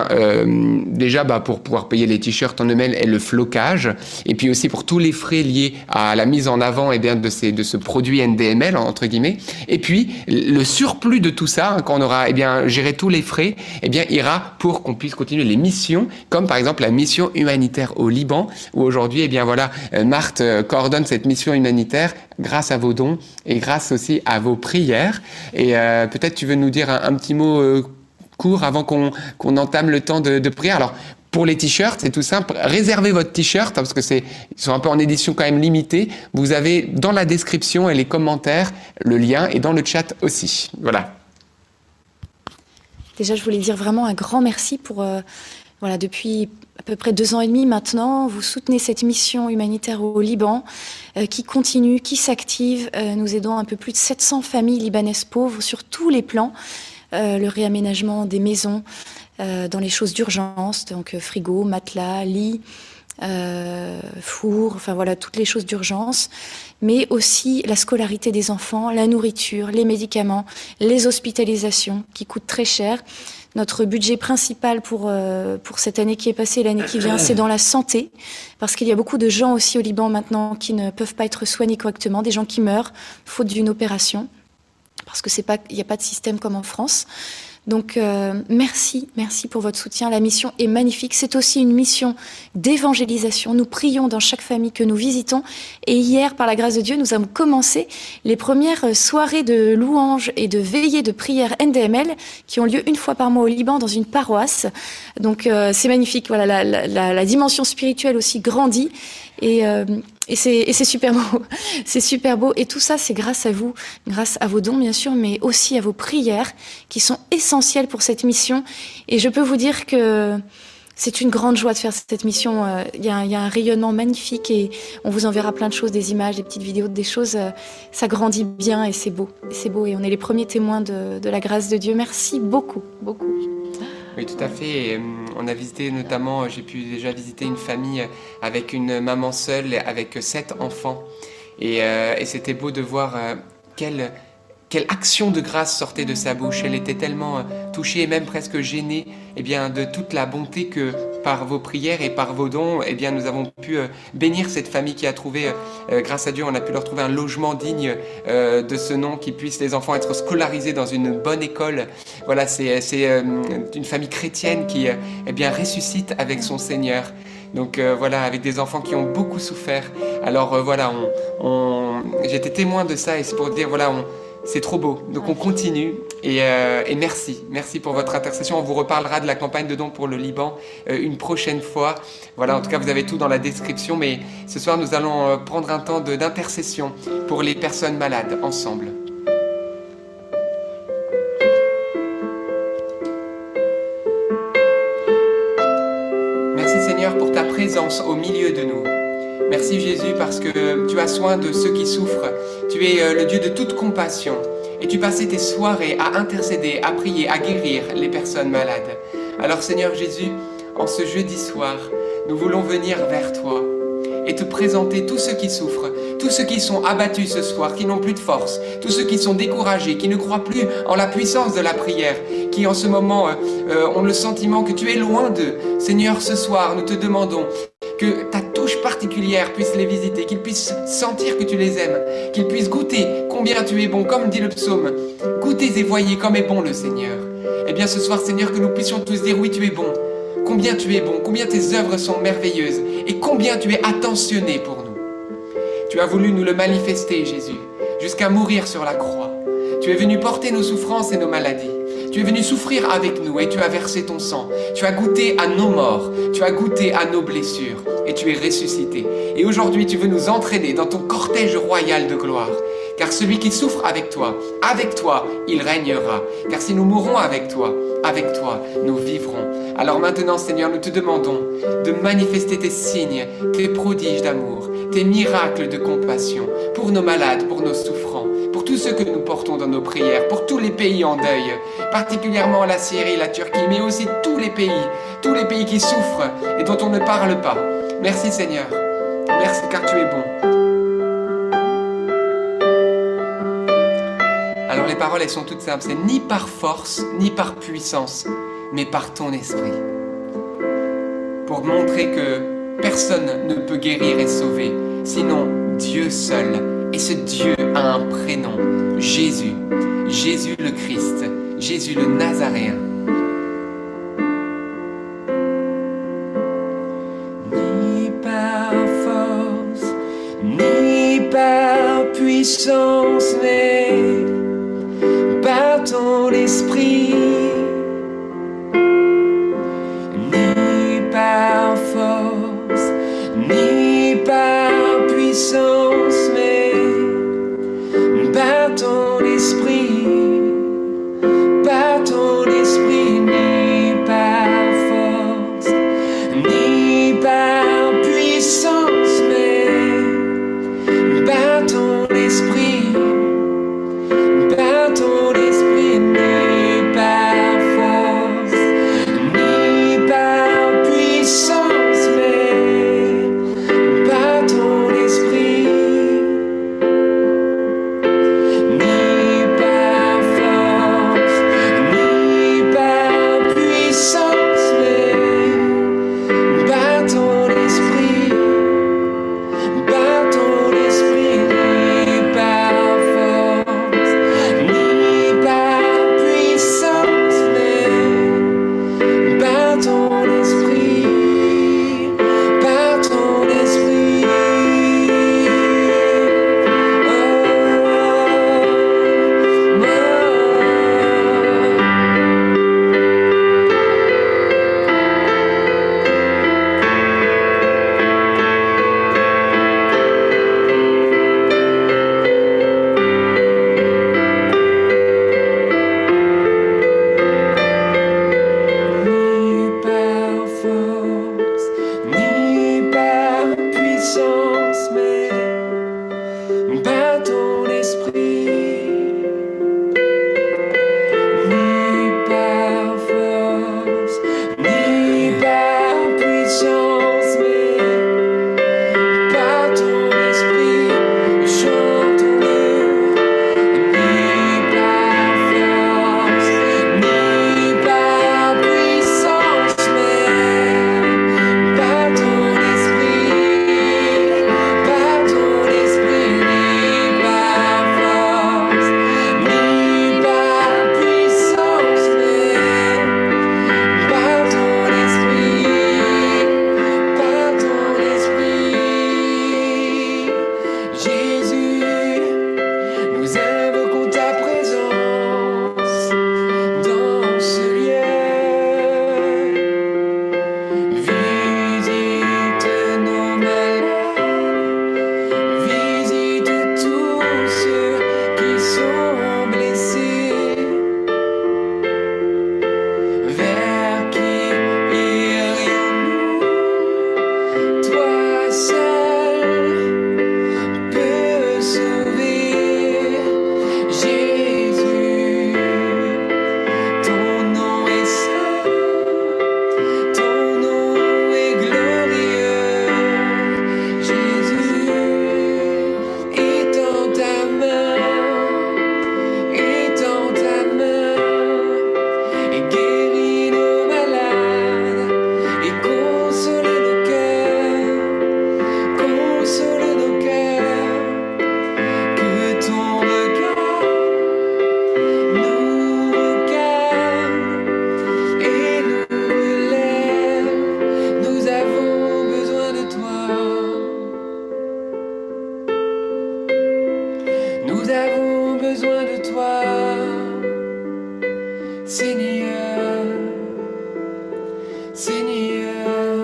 déjà pour pouvoir payer les t-shirts en eux-mêmes et le flocage. Et puis aussi pour tous les frais liés à la mise en avant de ce produit NDML entre guillemets. Et puis le surplus de tout ça, quand on aura géré tous les frais, ira pour qu'on puisse continuer les missions, comme par exemple la mission humanitaire au Liban, où aujourd'hui Marthe coordonne cette mission humanitaire grâce à vos dons et grâce aussi à vos prières. Et peut-être tu veux nous dire un petit mot court avant qu'on entame le temps de prière. Alors, pour les t-shirts, c'est tout simple. Réservez votre t-shirt parce que ils sont un peu en édition quand même limitée. Vous avez dans la description et les commentaires le lien et dans le chat aussi. Voilà. Déjà, je voulais dire vraiment un grand merci pour... depuis à peu près 2 ans et demi maintenant, vous soutenez cette mission humanitaire au Liban qui continue, qui s'active. Nous aidons un peu plus de 700 familles libanaises pauvres sur tous les plans. Le réaménagement des maisons dans les choses d'urgence, donc frigo, matelas, lit, four, toutes les choses d'urgence, mais aussi la scolarité des enfants, la nourriture, les médicaments, les hospitalisations qui coûtent très cher. Notre budget principal pour cette année qui est passée et l'année qui vient, c'est dans la santé, parce qu'il y a beaucoup de gens aussi au Liban maintenant qui ne peuvent pas être soignés correctement, des gens qui meurent faute d'une opération, parce que il n'y a pas de système comme en France. Donc merci pour votre soutien. La mission est magnifique. C'est aussi une mission d'évangélisation. Nous prions dans chaque famille que nous visitons. Et hier, par la grâce de Dieu, nous avons commencé les premières soirées de louanges et de veillées de prière NDML qui ont lieu une fois par mois au Liban dans une paroisse. Donc c'est magnifique. Voilà, la dimension spirituelle aussi grandit. Et c'est super beau. C'est super beau. Et tout ça, c'est grâce à vous, grâce à vos dons, bien sûr, mais aussi à vos prières qui sont essentielles pour cette mission. Et je peux vous dire que c'est une grande joie de faire cette mission. Il y a un rayonnement magnifique et on vous enverra plein de choses, des images, des petites vidéos, des choses. Ça grandit bien et c'est beau. C'est beau et on est les premiers témoins de la grâce de Dieu. Merci beaucoup, beaucoup. Oui, tout à fait. Et, on a visité notamment, j'ai pu déjà visiter une famille avec une maman seule, avec 7 enfants. Et c'était beau de voir quelle action de grâce sortait de sa bouche. Elle était tellement touchée et même presque gênée de toute la bonté que par vos prières et par vos dons, nous avons pu bénir cette famille qui a trouvé, grâce à Dieu, on a pu leur trouver un logement digne de ce nom, qui puisse les enfants être scolarisés dans une bonne école. Voilà, c'est une famille chrétienne qui ressuscite avec son Seigneur. Donc avec des enfants qui ont beaucoup souffert. Alors j'étais témoin de ça et c'est pour dire c'est trop beau. Donc on continue et merci pour votre intercession. On vous reparlera de la campagne de dons pour le Liban une prochaine fois. Voilà, en tout cas vous avez tout dans la description. Mais ce soir nous allons prendre un temps d'intercession pour les personnes malades ensemble. Seigneur, pour ta présence au milieu de nous. Merci Jésus parce que tu as soin de ceux qui souffrent. Tu es le Dieu de toute compassion. Et tu passais tes soirées à intercéder, à prier, à guérir les personnes malades. Alors Seigneur Jésus, en ce jeudi soir, nous voulons venir vers toi et te présenter tous ceux qui souffrent, tous ceux qui sont abattus ce soir, qui n'ont plus de force, tous ceux qui sont découragés, qui ne croient plus en la puissance de la prière, qui en ce moment ont le sentiment que tu es loin d'eux. Seigneur, ce soir, nous te demandons que ta touche particulière puisse les visiter, qu'ils puissent sentir que tu les aimes, qu'ils puissent goûter combien tu es bon, comme dit le psaume. Goûtez et voyez comme est bon le Seigneur. Eh bien ce soir, Seigneur, que nous puissions tous dire oui, tu es bon. Combien tu es bon, combien tes œuvres sont merveilleuses et combien tu es attentionné pour nous. Tu as voulu nous le manifester, Jésus, jusqu'à mourir sur la croix. Tu es venu porter nos souffrances et nos maladies. Tu es venu souffrir avec nous et tu as versé ton sang. Tu as goûté à nos morts, tu as goûté à nos blessures et tu es ressuscité. Et aujourd'hui, tu veux nous entraîner dans ton cortège royal de gloire. Car celui qui souffre avec toi, il régnera. Car si nous mourons avec toi, nous vivrons. Alors maintenant, Seigneur, nous te demandons de manifester tes signes, tes prodiges d'amour, tes miracles de compassion pour nos malades, pour nos souffrants, pour tous ceux que nous portons dans nos prières, pour tous les pays en deuil, particulièrement la Syrie, la Turquie, mais aussi tous les pays qui souffrent et dont on ne parle pas. Merci Seigneur, merci car tu es bon. Alors les paroles, elles sont toutes simples, c'est ni par force, ni par puissance, mais par ton esprit. Pour montrer que personne ne peut guérir et sauver, sinon Dieu seul. Et ce Dieu a un prénom, Jésus. Jésus le Christ, Jésus le Nazaréen. Ni par force, ni par puissance, mais par ton esprit. Ni par force, ni par puissance, mais par ton esprit, ni par force, ni par puissance, mais par ton esprit, ni par force, ni par puissance, mais par ton esprit. Ni par Nous avons besoin de toi, Seigneur, Seigneur.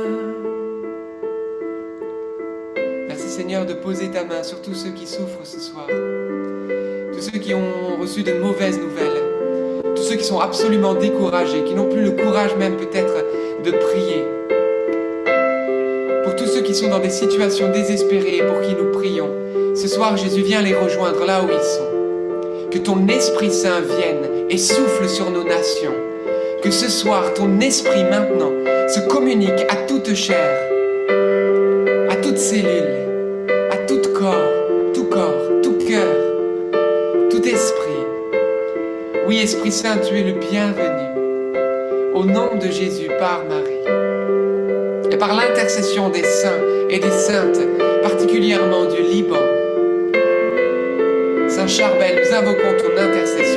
Merci Seigneur de poser ta main sur tous ceux qui souffrent ce soir, tous ceux qui ont reçu de mauvaises nouvelles, tous ceux qui sont absolument découragés, qui n'ont plus le courage même peut-être de prier. Pour tous ceux qui sont dans des situations désespérées et pour qui nous prions, ce soir Jésus vient les rejoindre là où ils sont. Que ton Esprit Saint vienne et souffle sur nos nations. Que ce soir ton Esprit maintenant se communique à toute chair, à toute cellule, à tout corps, tout cœur, tout esprit. Oui, Esprit Saint, tu es le bienvenu. Au nom de Jésus, par Marie. Et par l'intercession des saints et des saintes, particulièrement du Liban. Saint Charbel, nous invoquons ton intercession.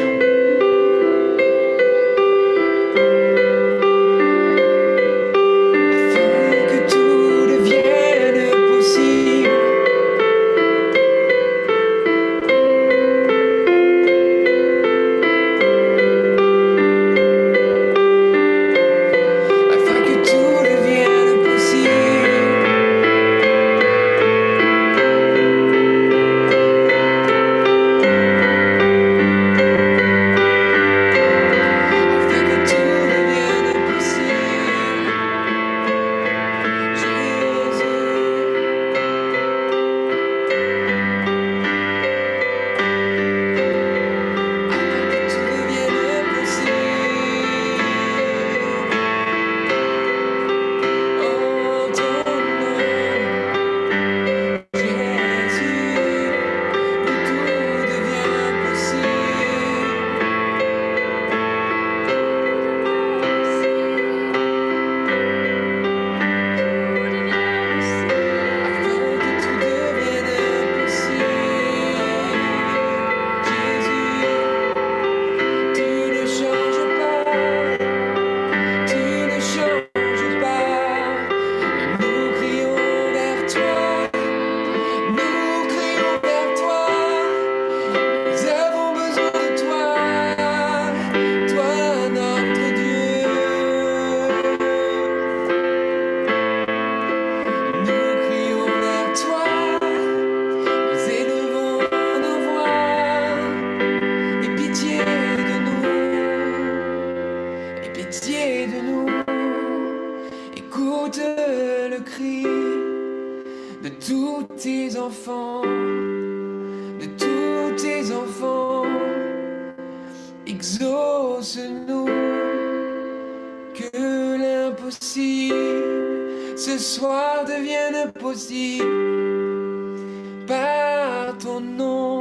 Exauce-nous, que l'impossible ce soir devienne possible par ton nom,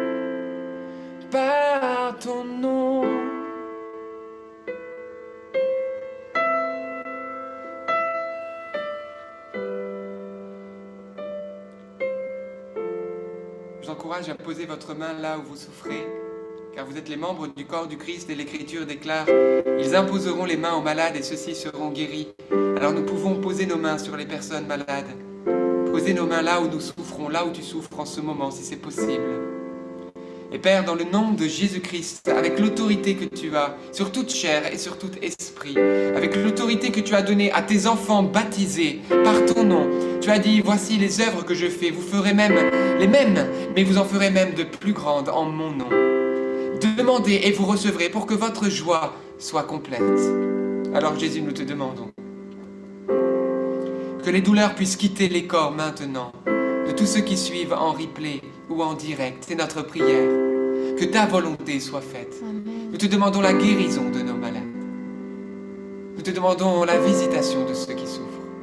par ton nom. Je vous encourage à poser votre main là où vous souffrez, car vous êtes les membres du corps du Christ et l'Écriture déclare « Ils imposeront les mains aux malades et ceux-ci seront guéris ». Alors nous pouvons poser nos mains sur les personnes malades, poser nos mains là où nous souffrons, là où tu souffres en ce moment, si c'est possible. Et Père, dans le nom de Jésus-Christ, avec l'autorité que tu as sur toute chair et sur tout esprit, avec l'autorité que tu as donnée à tes enfants baptisés par ton nom, tu as dit « Voici les œuvres que je fais, vous ferez même les mêmes, mais vous en ferez même de plus grandes en mon nom. » Demandez et vous recevrez pour que votre joie soit complète. Alors Jésus, nous te demandons que les douleurs puissent quitter les corps maintenant, de tous ceux qui suivent en replay ou en direct. C'est notre prière. Que ta volonté soit faite. Amen. Nous te demandons la guérison de nos malades. Nous te demandons la visitation de ceux qui souffrent.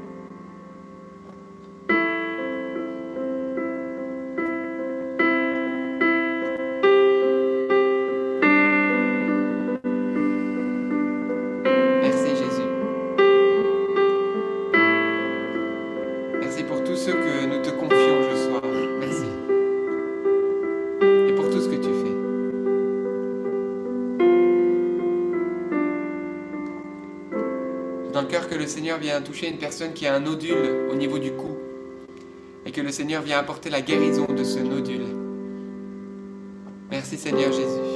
Que le Seigneur vient toucher une personne qui a un nodule au niveau du cou et que le Seigneur vient apporter la guérison de ce nodule. Merci Seigneur Jésus.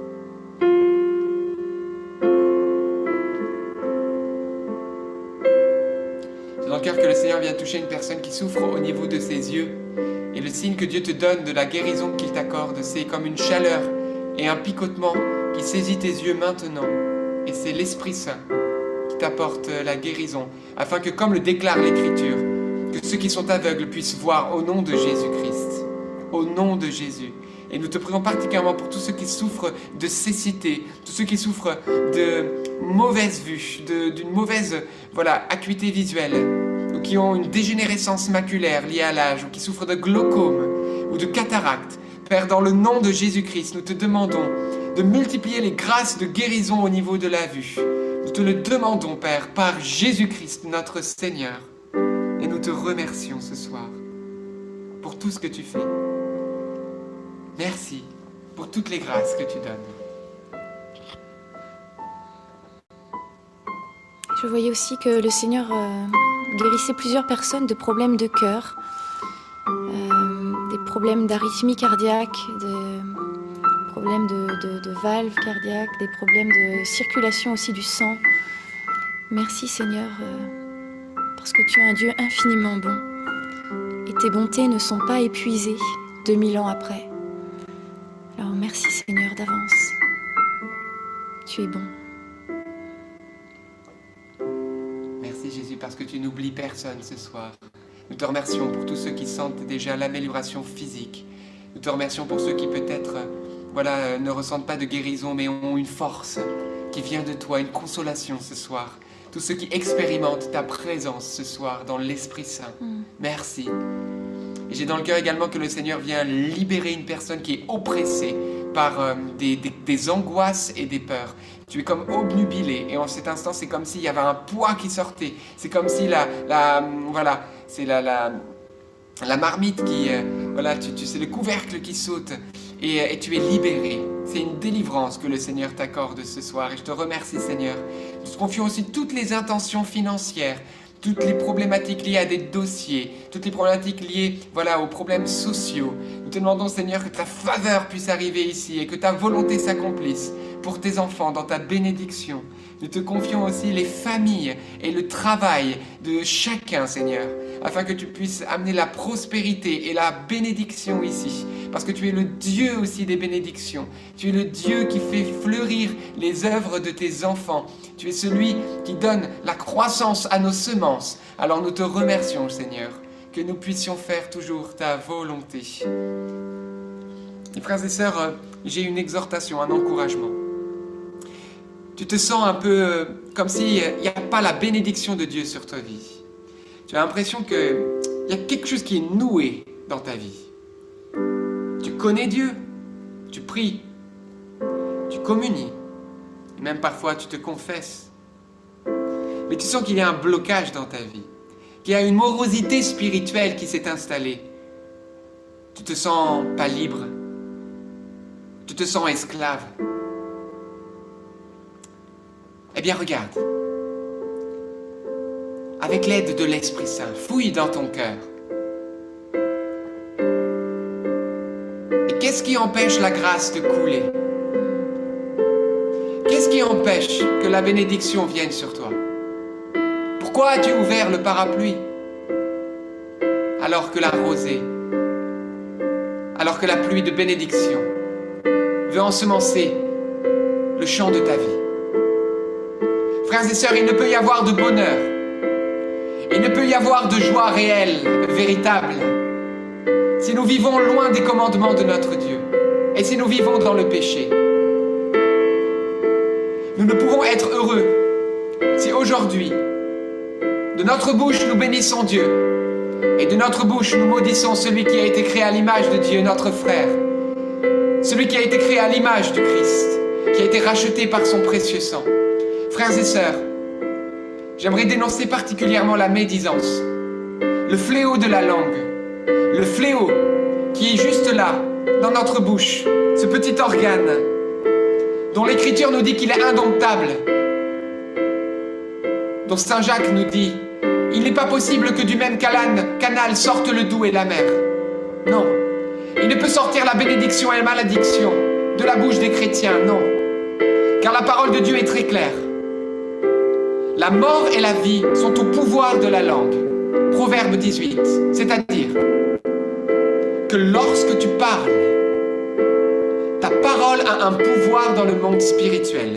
J'ai dans le cœur que le Seigneur vient toucher une personne qui souffre au niveau de ses yeux. Et le signe que Dieu te donne de la guérison qu'il t'accorde, c'est comme une chaleur et un picotement qui saisit tes yeux maintenant. Et c'est l'Esprit Saint qui t'apporte la guérison, afin que, comme le déclare l'Écriture, que ceux qui sont aveugles puissent voir au nom de Jésus-Christ. Au nom de Jésus. Et nous te prions particulièrement pour tous ceux qui souffrent de cécité, tous ceux qui souffrent de mauvaise vue, d'une mauvaise acuité visuelle, ou qui ont une dégénérescence maculaire liée à l'âge, ou qui souffrent de glaucome ou de cataracte. Père, dans le nom de Jésus-Christ, nous te demandons de multiplier les grâces de guérison au niveau de la vue. Nous te le demandons, Père, par Jésus-Christ, notre Seigneur. Et nous te remercions ce soir pour tout ce que tu fais. Merci pour toutes les grâces que tu donnes. Je voyais aussi que le Seigneur guérissait plusieurs personnes de problèmes de cœur, des problèmes d'arythmie cardiaque, des problèmes de valves cardiaques, des problèmes de circulation aussi du sang. Merci Seigneur, parce que tu es un Dieu infiniment bon. Et tes bontés ne sont pas épuisées 2000 ans après. Alors merci Seigneur d'avance. Tu es bon. Merci Jésus parce que tu n'oublies personne ce soir. Nous te remercions pour tous ceux qui sentent déjà l'amélioration physique. Nous te remercions pour ceux qui peut-être ne ressentent pas de guérison mais ont une force qui vient de toi, une consolation ce soir. Tous ceux qui expérimentent ta présence ce soir dans l'Esprit Saint. Merci. Et j'ai dans le cœur également que le Seigneur vient libérer une personne qui est oppressée par des angoisses et des peurs. Tu es comme obnubilé et en cet instant c'est comme s'il y avait un poids qui sortait. C'est comme si c'est la marmite qui, c'est le couvercle qui saute et tu es libéré. C'est une délivrance que le Seigneur t'accorde ce soir et je te remercie Seigneur. Nous te confions aussi toutes les intentions financières, toutes les problématiques liées à des dossiers, toutes les problématiques liées aux problèmes sociaux. Nous te demandons Seigneur que ta faveur puisse arriver ici et que ta volonté s'accomplisse pour tes enfants dans ta bénédiction. Nous te confions aussi les familles et le travail de chacun Seigneur, afin que tu puisses amener la prospérité et la bénédiction ici. Parce que tu es le Dieu aussi des bénédictions. Tu es le Dieu qui fait fleurir les œuvres de tes enfants. Tu es celui qui donne la croissance à nos semences. Alors nous te remercions Seigneur, que nous puissions faire toujours ta volonté. Et frères et sœurs, j'ai une exhortation, un encouragement. Tu te sens un peu comme s'il n'y a pas la bénédiction de Dieu sur ta vie. Tu as l'impression qu'il y a quelque chose qui est noué dans ta vie. Tu connais Dieu, tu pries, tu communies, et même parfois tu te confesses. Mais tu sens qu'il y a un blocage dans ta vie, qu'il y a une morosité spirituelle qui s'est installée. Tu te sens pas libre, tu te sens esclave. Eh bien regarde, avec l'aide de l'Esprit Saint, fouille dans ton cœur. Et qu'est-ce qui empêche la grâce de couler? Qu'est-ce qui empêche que la bénédiction vienne sur toi? Pourquoi as-tu ouvert le parapluie alors que la rosée, alors que la pluie de bénédiction veut ensemencer le champ de ta vie? Frères et sœurs, il ne peut y avoir de bonheur, il ne peut y avoir de joie réelle, véritable, si nous vivons loin des commandements de notre Dieu et si nous vivons dans le péché. Nous ne pouvons être heureux si aujourd'hui, de notre bouche, nous bénissons Dieu et de notre bouche, nous maudissons celui qui a été créé à l'image de Dieu, notre frère, celui qui a été créé à l'image du Christ, qui a été racheté par son précieux sang. Frères et sœurs, j'aimerais dénoncer particulièrement la médisance, le fléau de la langue, le fléau qui est juste là, dans notre bouche, ce petit organe dont l'Écriture nous dit qu'il est indomptable, dont Saint Jacques nous dit « Il n'est pas possible que du même canal sortent le doux et l'amer. » Non, Il ne peut sortir la bénédiction et la malédiction de la bouche des chrétiens, non. Car la parole de Dieu est très claire. La mort et la vie sont au pouvoir de la langue. Proverbe 18, c'est-à-dire que lorsque tu parles, ta parole a un pouvoir dans le monde spirituel.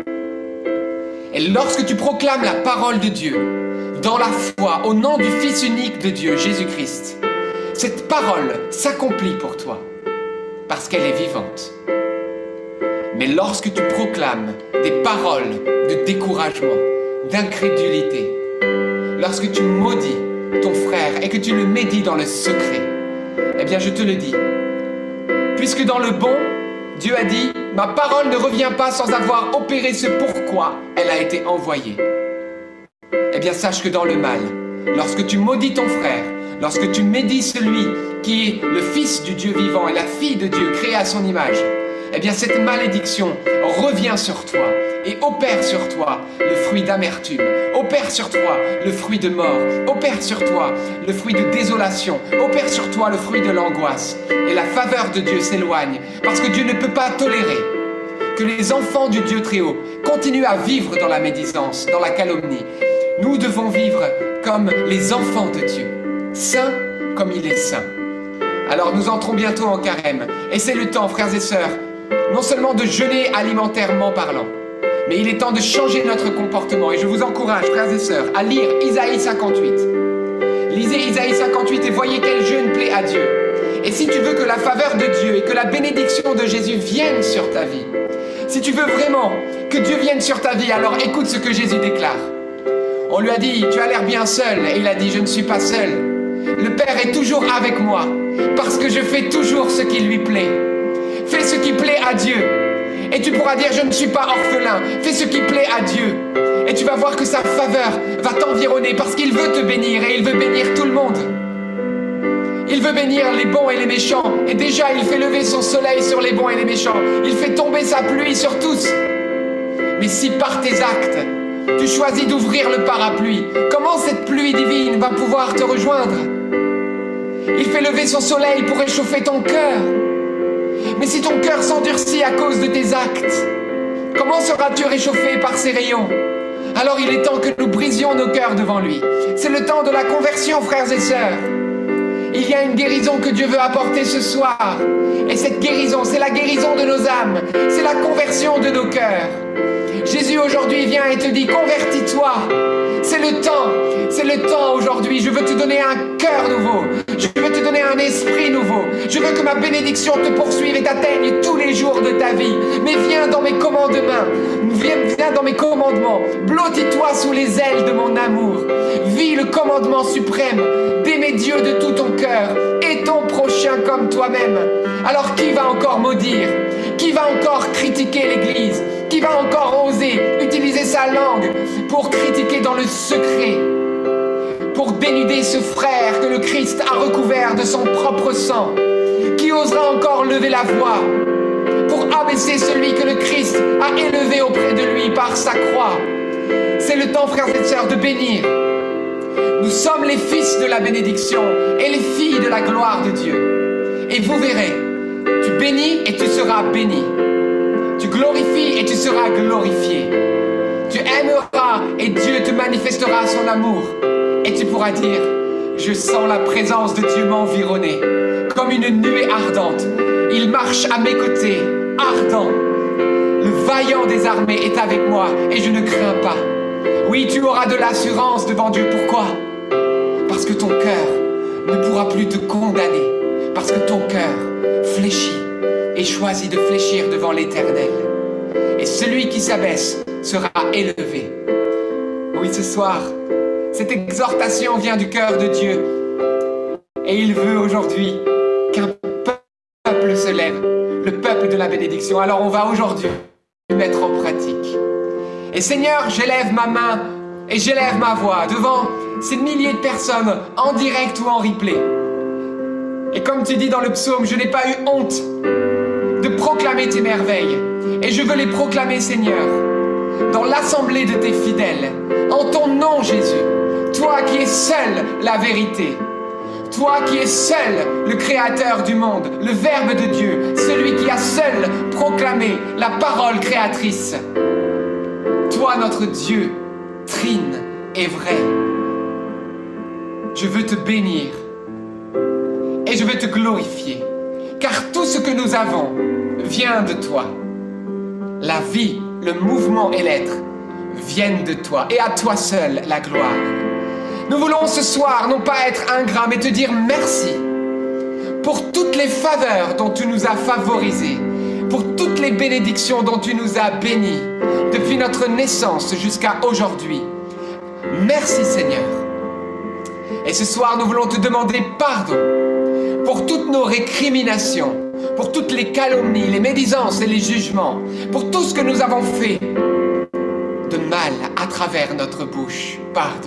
Et lorsque tu proclames la parole de Dieu, dans la foi, au nom du Fils unique de Dieu, Jésus-Christ, cette parole s'accomplit pour toi, parce qu'elle est vivante. Mais lorsque tu proclames des paroles de découragement, d'incrédulité, lorsque tu maudis ton frère et que tu le médis dans le secret, eh bien je te le dis, puisque dans le bon, Dieu a dit, ma parole ne revient pas sans avoir opéré ce pourquoi elle a été envoyée. Eh bien sache que dans le mal, lorsque tu maudis ton frère, lorsque tu médis celui qui est le Fils du Dieu vivant et la fille de Dieu créée à son image, eh bien cette malédiction revient sur toi et opère sur toi le fruit d'amertume, opère sur toi le fruit de mort, opère sur toi le fruit de désolation, opère sur toi le fruit de l'angoisse. Et la faveur de Dieu s'éloigne, parce que Dieu ne peut pas tolérer que les enfants du Dieu très haut continuent à vivre dans la médisance, dans la calomnie. Nous devons vivre comme les enfants de Dieu, saints comme il est saint. Alors nous entrons bientôt en carême, et c'est le temps, frères et sœurs, non seulement de jeûner alimentairement parlant, mais il est temps de changer notre comportement. Et je vous encourage, frères et sœurs, à lire Isaïe 58. Lisez Isaïe 58 et voyez quel jeûne plaît à Dieu. Et si tu veux que la faveur de Dieu et que la bénédiction de Jésus viennent sur ta vie, si tu veux vraiment que Dieu vienne sur ta vie, alors écoute ce que Jésus déclare. On lui a dit, tu as l'air bien seul. Et il a dit, je ne suis pas seul. Le Père est toujours avec moi, parce que je fais toujours ce qui lui plaît. Fais ce qui plaît à Dieu. Et tu pourras dire, je ne suis pas orphelin. Fais ce qui plaît à Dieu. Et tu vas voir que sa faveur va t'environner, parce qu'il veut te bénir, et il veut bénir tout le monde. Il veut bénir les bons et les méchants. Et déjà, il fait lever son soleil sur les bons et les méchants. Il fait tomber sa pluie sur tous. Mais si par tes actes, tu choisis d'ouvrir le parapluie, comment cette pluie divine va pouvoir te rejoindre? Il fait lever son soleil pour réchauffer ton cœur. Mais si ton cœur s'endurcit à cause de tes actes, comment seras-tu réchauffé par ses rayons? Alors il est temps que nous brisions nos cœurs devant lui. C'est le temps de la conversion, frères et sœurs. Il y a une guérison que Dieu veut apporter ce soir. Et cette guérison, c'est la guérison de nos âmes. C'est la conversion de nos cœurs. Jésus aujourd'hui vient et te dit, convertis-toi. C'est le temps aujourd'hui. Je veux te donner un cœur nouveau. Je veux te donner un esprit nouveau. Je veux que ma bénédiction te poursuive et t'atteigne tous les jours de ta vie. Mais viens dans mes commandements. Viens dans mes commandements. Blottis-toi sous les ailes de mon amour. Vis le commandement suprême d'aimer Dieu de tout ton cœur et ton prochain comme toi-même. Alors qui va encore maudire? Qui va encore critiquer l'Église? Qui va encore oser utiliser sa langue pour critiquer dans le secret, pour dénuder ce frère que le Christ a recouvert de son propre sang? Qui osera encore lever la voix pour abaisser celui que le Christ a élevé auprès de lui par sa croix? C'est le temps, frères et sœurs, de bénir. Nous sommes les fils de la bénédiction et les filles de la gloire de Dieu. Et vous verrez, tu bénis et tu seras béni. Tu glorifies et tu seras glorifié. Tu aimeras et Dieu te manifestera son amour. Et tu pourras dire, je sens la présence de Dieu m'environner. Comme une nuée ardente, il marche à mes côtés, ardent. Le vaillant des armées est avec moi et je ne crains pas. Oui, tu auras de l'assurance devant Dieu. Pourquoi? Parce que ton cœur ne pourra plus te condamner. Parce que ton cœur fléchit et choisit de fléchir devant l'Éternel. Et celui qui s'abaisse sera élevé. Oui, ce soir, cette exhortation vient du cœur de Dieu. Et il veut aujourd'hui qu'un peuple se lève, le peuple de la bénédiction. Alors on va aujourd'hui mettre en pratique. Et Seigneur, j'élève ma main et j'élève ma voix devant ces milliers de personnes en direct ou en replay. Et comme tu dis dans le psaume, je n'ai pas eu honte de proclamer tes merveilles. Et je veux les proclamer, Seigneur, dans l'assemblée de tes fidèles. En ton nom, Jésus, toi qui es seul la vérité. Toi qui es seul le créateur du monde, le Verbe de Dieu, celui qui a seul proclamé la parole créatrice. Toi, notre Dieu, trine et vrai. Je veux te bénir et je veux te glorifier, car tout ce que nous avons vient de toi. La vie, le mouvement et l'être viennent de toi, et à toi seul la gloire. Nous voulons ce soir non pas être ingrats, mais te dire merci pour toutes les faveurs dont tu nous as favorisés, pour toutes les bénédictions dont tu nous as bénis, depuis notre naissance jusqu'à aujourd'hui. Merci Seigneur. Et ce soir, nous voulons te demander pardon pour toutes nos récriminations, pour toutes les calomnies, les médisances et les jugements, pour tout ce que nous avons fait de mal à travers notre bouche. Pardon.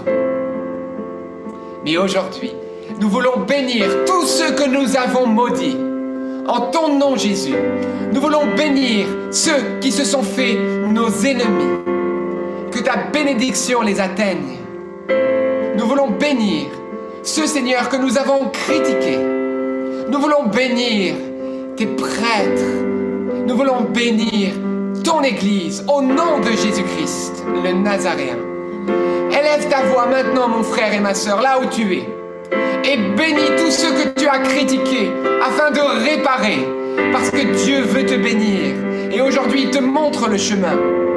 Mais aujourd'hui, nous voulons bénir tous ceux que nous avons maudits. En ton nom, Jésus, nous voulons bénir ceux qui se sont fait nos ennemis. Que ta bénédiction les atteigne. Nous voulons bénir ceux, Seigneur, que nous avons critiqués. Nous voulons bénir tes prêtres. Nous voulons bénir ton Église au nom de Jésus-Christ, le Nazaréen. Élève ta voix maintenant, mon frère et ma sœur, là où tu es. Et bénis tous ceux que tu as critiqués afin de réparer, parce que Dieu veut te bénir. Et aujourd'hui, il te montre le chemin.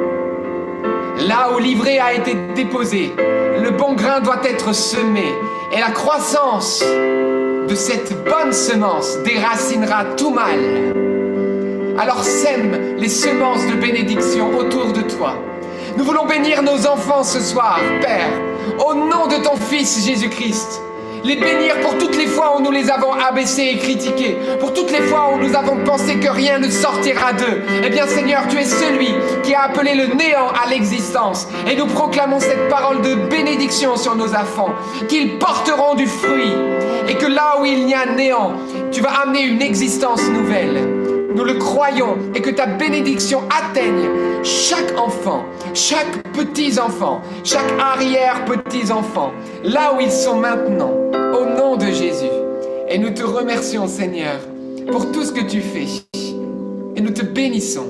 Là où l'ivraie a été déposé, le bon grain doit être semé. Et la croissance de cette bonne semence déracinera tout mal. Alors sème les semences de bénédiction autour de toi. Nous voulons bénir nos enfants ce soir, Père, au nom de ton Fils Jésus-Christ. Les bénir pour toutes les fois où nous les avons abaissés et critiqués, pour toutes les fois où nous avons pensé que rien ne sortira d'eux. Eh bien Seigneur, tu es celui qui a appelé le néant à l'existence. Et nous proclamons cette parole de bénédiction sur nos enfants, qu'ils porteront du fruit. Et que là où il y a néant, tu vas amener une existence nouvelle. Nous le croyons, et que ta bénédiction atteigne chaque enfant, chaque petit-enfant, chaque arrière-petit-enfant, là où ils sont maintenant, au nom de Jésus. Et nous te remercions, Seigneur, pour tout ce que tu fais. Et nous te bénissons.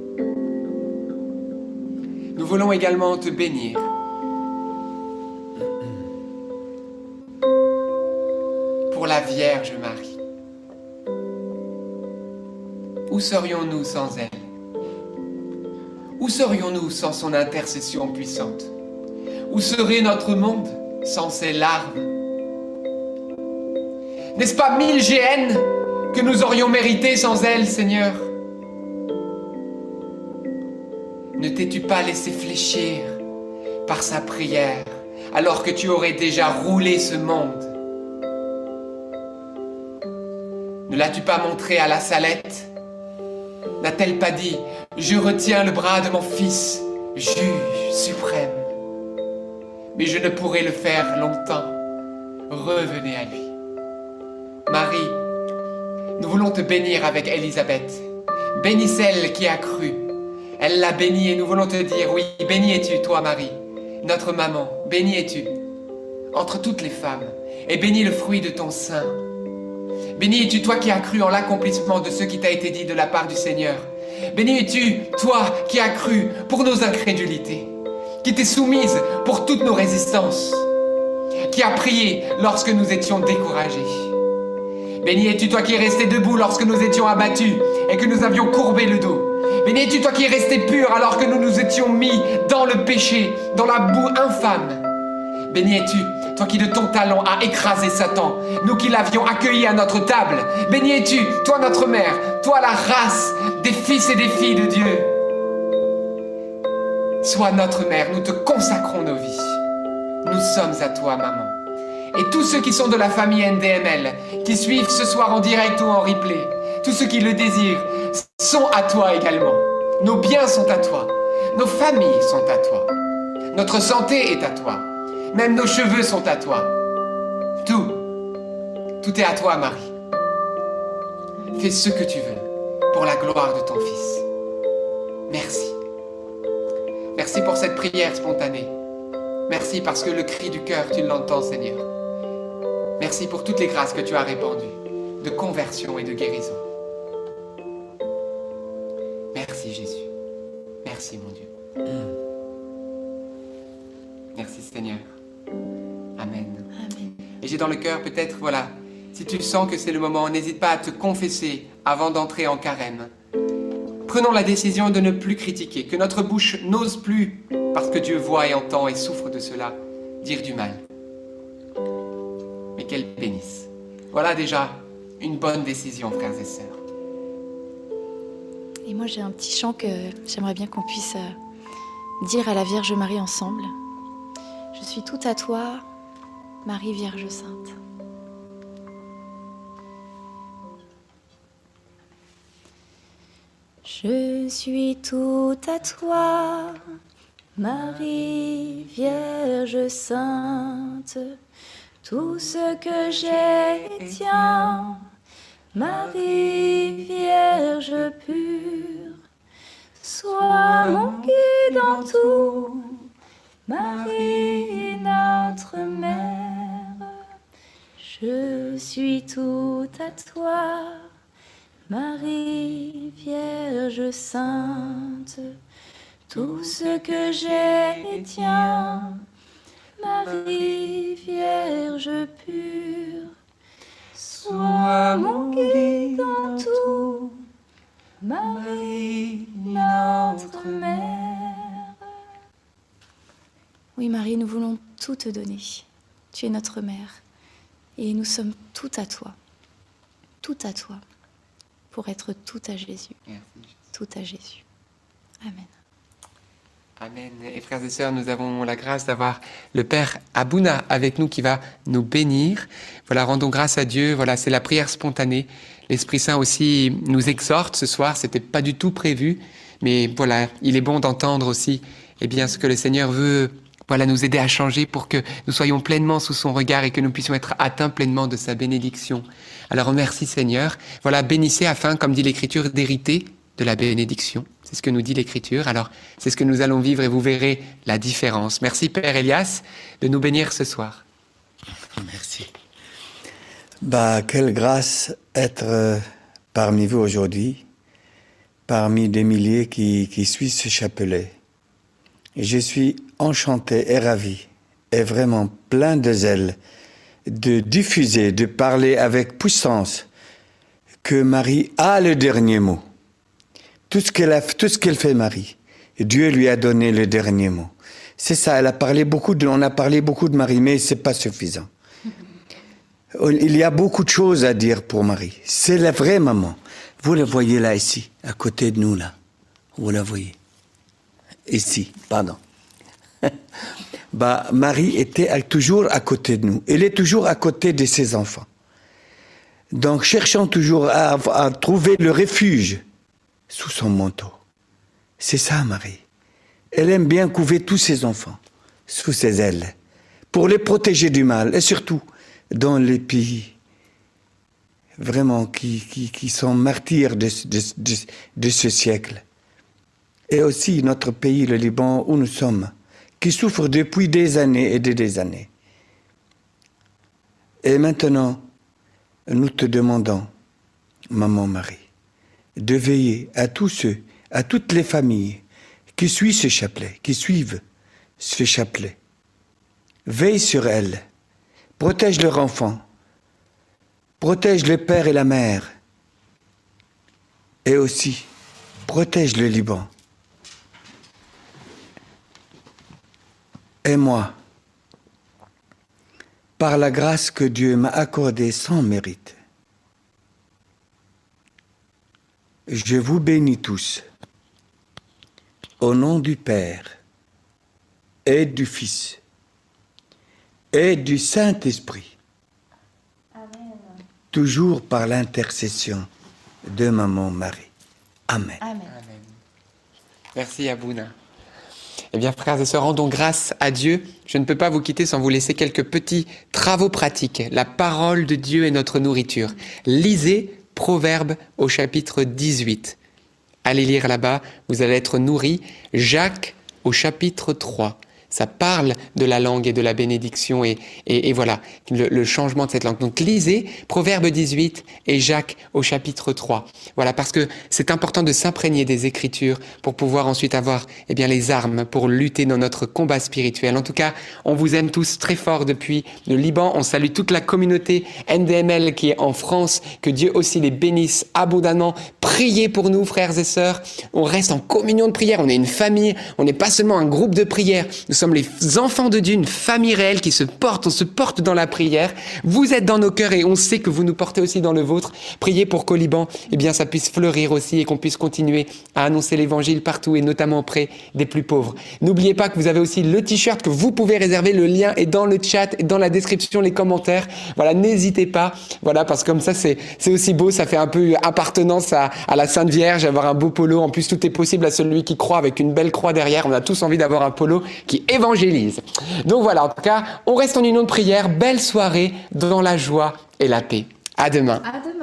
Nous voulons également te bénir. Pour la Vierge Marie. Où serions-nous sans elle? Où serions-nous sans son intercession puissante? Où serait notre monde sans ses larmes? N'est-ce pas 1000 GN que nous aurions mérité sans elle, Seigneur? Ne t'es-tu pas laissé fléchir par sa prière alors que tu aurais déjà roulé ce monde? Ne l'as-tu pas montré à la Salette? N'a-t-elle pas dit « Je retiens le bras de mon Fils, juge suprême. Mais je ne pourrai le faire longtemps. Revenez à lui. » Marie, nous voulons te bénir avec Élisabeth. Bénis celle qui a cru. Elle l'a bénie et nous voulons te dire, oui, bénie es-tu, toi Marie, notre maman, bénie es-tu entre toutes les femmes, et bénis le fruit de ton sein. Béni es-tu, toi qui as cru en l'accomplissement de ce qui t'a été dit de la part du Seigneur. Béni es-tu, toi qui as cru pour nos incrédulités, qui t'es soumise pour toutes nos résistances, qui a prié lorsque nous étions découragés. Béni es-tu, toi qui es resté debout lorsque nous étions abattus et que nous avions courbé le dos. Béni es-tu, toi qui es resté pur alors que nous nous étions mis dans le péché, dans la boue infâme. Béni es-tu, toi qui de ton talon as écrasé Satan, nous qui l'avions accueilli à notre table. Béni es-tu, toi notre mère, toi la race des fils et des filles de Dieu. Sois notre mère, nous te consacrons nos vies. Nous sommes à toi, maman. Et tous ceux qui sont de la famille NDML, qui suivent ce soir en direct ou en replay, tous ceux qui le désirent, sont à toi également. Nos biens sont à toi. Nos familles sont à toi. Notre santé est à toi. Même nos cheveux sont à toi. Tout est à toi, Marie. Fais ce que tu veux pour la gloire de ton Fils. Merci. Merci pour cette prière spontanée. Merci parce que le cri du cœur, tu l'entends, Seigneur. Merci pour toutes les grâces que tu as répandues, de conversion et de guérison. Merci Jésus. Merci mon Dieu. Merci Seigneur. Amen. Amen. Et j'ai dans le cœur peut-être, voilà, si tu sens que c'est le moment, n'hésite pas à te confesser avant d'entrer en carême. Prenons la décision de ne plus critiquer, que notre bouche n'ose plus, parce que Dieu voit et entend et souffre de cela, dire du mal. Mais qu'elle bénisse. Voilà déjà une bonne décision, frères et sœurs. Et moi, j'ai un petit chant que j'aimerais bien qu'on puisse dire à la Vierge Marie ensemble. Je suis tout à toi, Marie Vierge Sainte. Je suis tout à toi, Marie Vierge Sainte. Tout ce que j'ai est tien, Marie Vierge pure. Sois mon guide en tout, Marie notre mère. Je suis tout à toi, Marie Vierge Sainte. Tout ce que j'ai est tien, Marie Vierge pure. Sois mon guide en tout, Marie notre mère. Oui Marie, nous voulons tout te donner. Tu es notre mère et nous sommes tout à toi, pour être tout à Jésus. Merci Jésus. Tout à Jésus. Amen. Amen. Et frères et sœurs, nous avons la grâce d'avoir le Père Abouna avec nous qui va nous bénir. Voilà, rendons grâce à Dieu. Voilà, c'est la prière spontanée. L'Esprit Saint aussi nous exhorte ce soir. C'était pas du tout prévu, mais voilà, il est bon d'entendre aussi, eh bien, ce que le Seigneur veut. Voilà, nous aider à changer pour que nous soyons pleinement sous son regard et que nous puissions être atteints pleinement de sa bénédiction. Alors, merci Seigneur. Voilà, bénissez afin, comme dit l'Écriture, d'hériter de la bénédiction. C'est ce que nous dit l'Écriture. Alors, c'est ce que nous allons vivre et vous verrez la différence. Merci Père Elias de nous bénir ce soir. Merci. Quelle grâce être parmi vous aujourd'hui, parmi des milliers qui suivent ce chapelet. Et je suis enchanté et ravi et vraiment plein de zèle de diffuser, de parler avec puissance que Marie a le dernier mot. Tout ce qu'elle fait, Marie, Dieu lui a donné le dernier mot. C'est ça, on a parlé beaucoup de Marie, mais c'est pas suffisant. Il y a beaucoup de choses à dire pour Marie. C'est la vraie maman. Vous la voyez là, ici, à côté de nous, là. Vous la voyez. Ici, pardon. Marie était toujours à côté de nous. Elle est toujours à côté de ses enfants. Donc, cherchons toujours à trouver le refuge sous son manteau. C'est ça, Marie. Elle aime bien couver tous ses enfants sous ses ailes pour les protéger du mal et surtout dans les pays vraiment qui sont martyrs de ce siècle. Et aussi notre pays, le Liban, où nous sommes, qui souffre depuis des années et des années. Et maintenant, nous te demandons, Maman Marie, de veiller à tous ceux, à toutes les familles qui suivent ce chapelet. Veille sur elles, protège leurs enfants, protège le père et la mère, et aussi protège le Liban. Et moi, par la grâce que Dieu m'a accordée sans mérite, je vous bénis tous, au nom du Père et du Fils et du Saint-Esprit, Amen. toujours par l'intercession de Maman Marie. Amen. Amen. Amen. Merci Abouna. Eh bien, frères et sœurs, rendons grâce à Dieu. Je ne peux pas vous quitter sans vous laisser quelques petits travaux pratiques. La parole de Dieu est notre nourriture. Lisez Proverbes au chapitre 18. Allez lire là-bas, vous allez être nourris. Jacques au chapitre 3. ça parle de la langue et de la bénédiction et voilà, le changement de cette langue. Donc lisez Proverbe 18 et Jacques au chapitre 3. Voilà, parce que c'est important de s'imprégner des Écritures pour pouvoir ensuite avoir les armes pour lutter dans notre combat spirituel. En tout cas, on vous aime tous très fort depuis le Liban. On salue toute la communauté NDML qui est en France. Que Dieu aussi les bénisse abondamment. Priez pour nous, frères et sœurs. On reste en communion de prière. On est une famille. On n'est pas seulement un groupe de prière. Nous sommes les enfants de Dieu, une famille réelle qui se porte. On se porte dans la prière. Vous êtes dans nos cœurs et on sait que vous nous portez aussi dans le vôtre. Priez pour qu'au Liban, ça puisse fleurir aussi et qu'on puisse continuer à annoncer l'évangile partout et notamment auprès des plus pauvres. N'oubliez pas que vous avez aussi le t-shirt que vous pouvez réserver. Le lien est dans le chat et dans la description, les commentaires. Voilà, n'hésitez pas. Voilà, parce que comme ça, c'est aussi beau. Ça fait un peu appartenance à la Sainte Vierge, avoir un beau polo. En plus, tout est possible à celui qui croit avec une belle croix derrière. On a tous envie d'avoir un polo qui évangélise. Donc voilà, en tout cas, on reste en union de prière. Belle soirée dans la joie et la paix. À demain. À demain.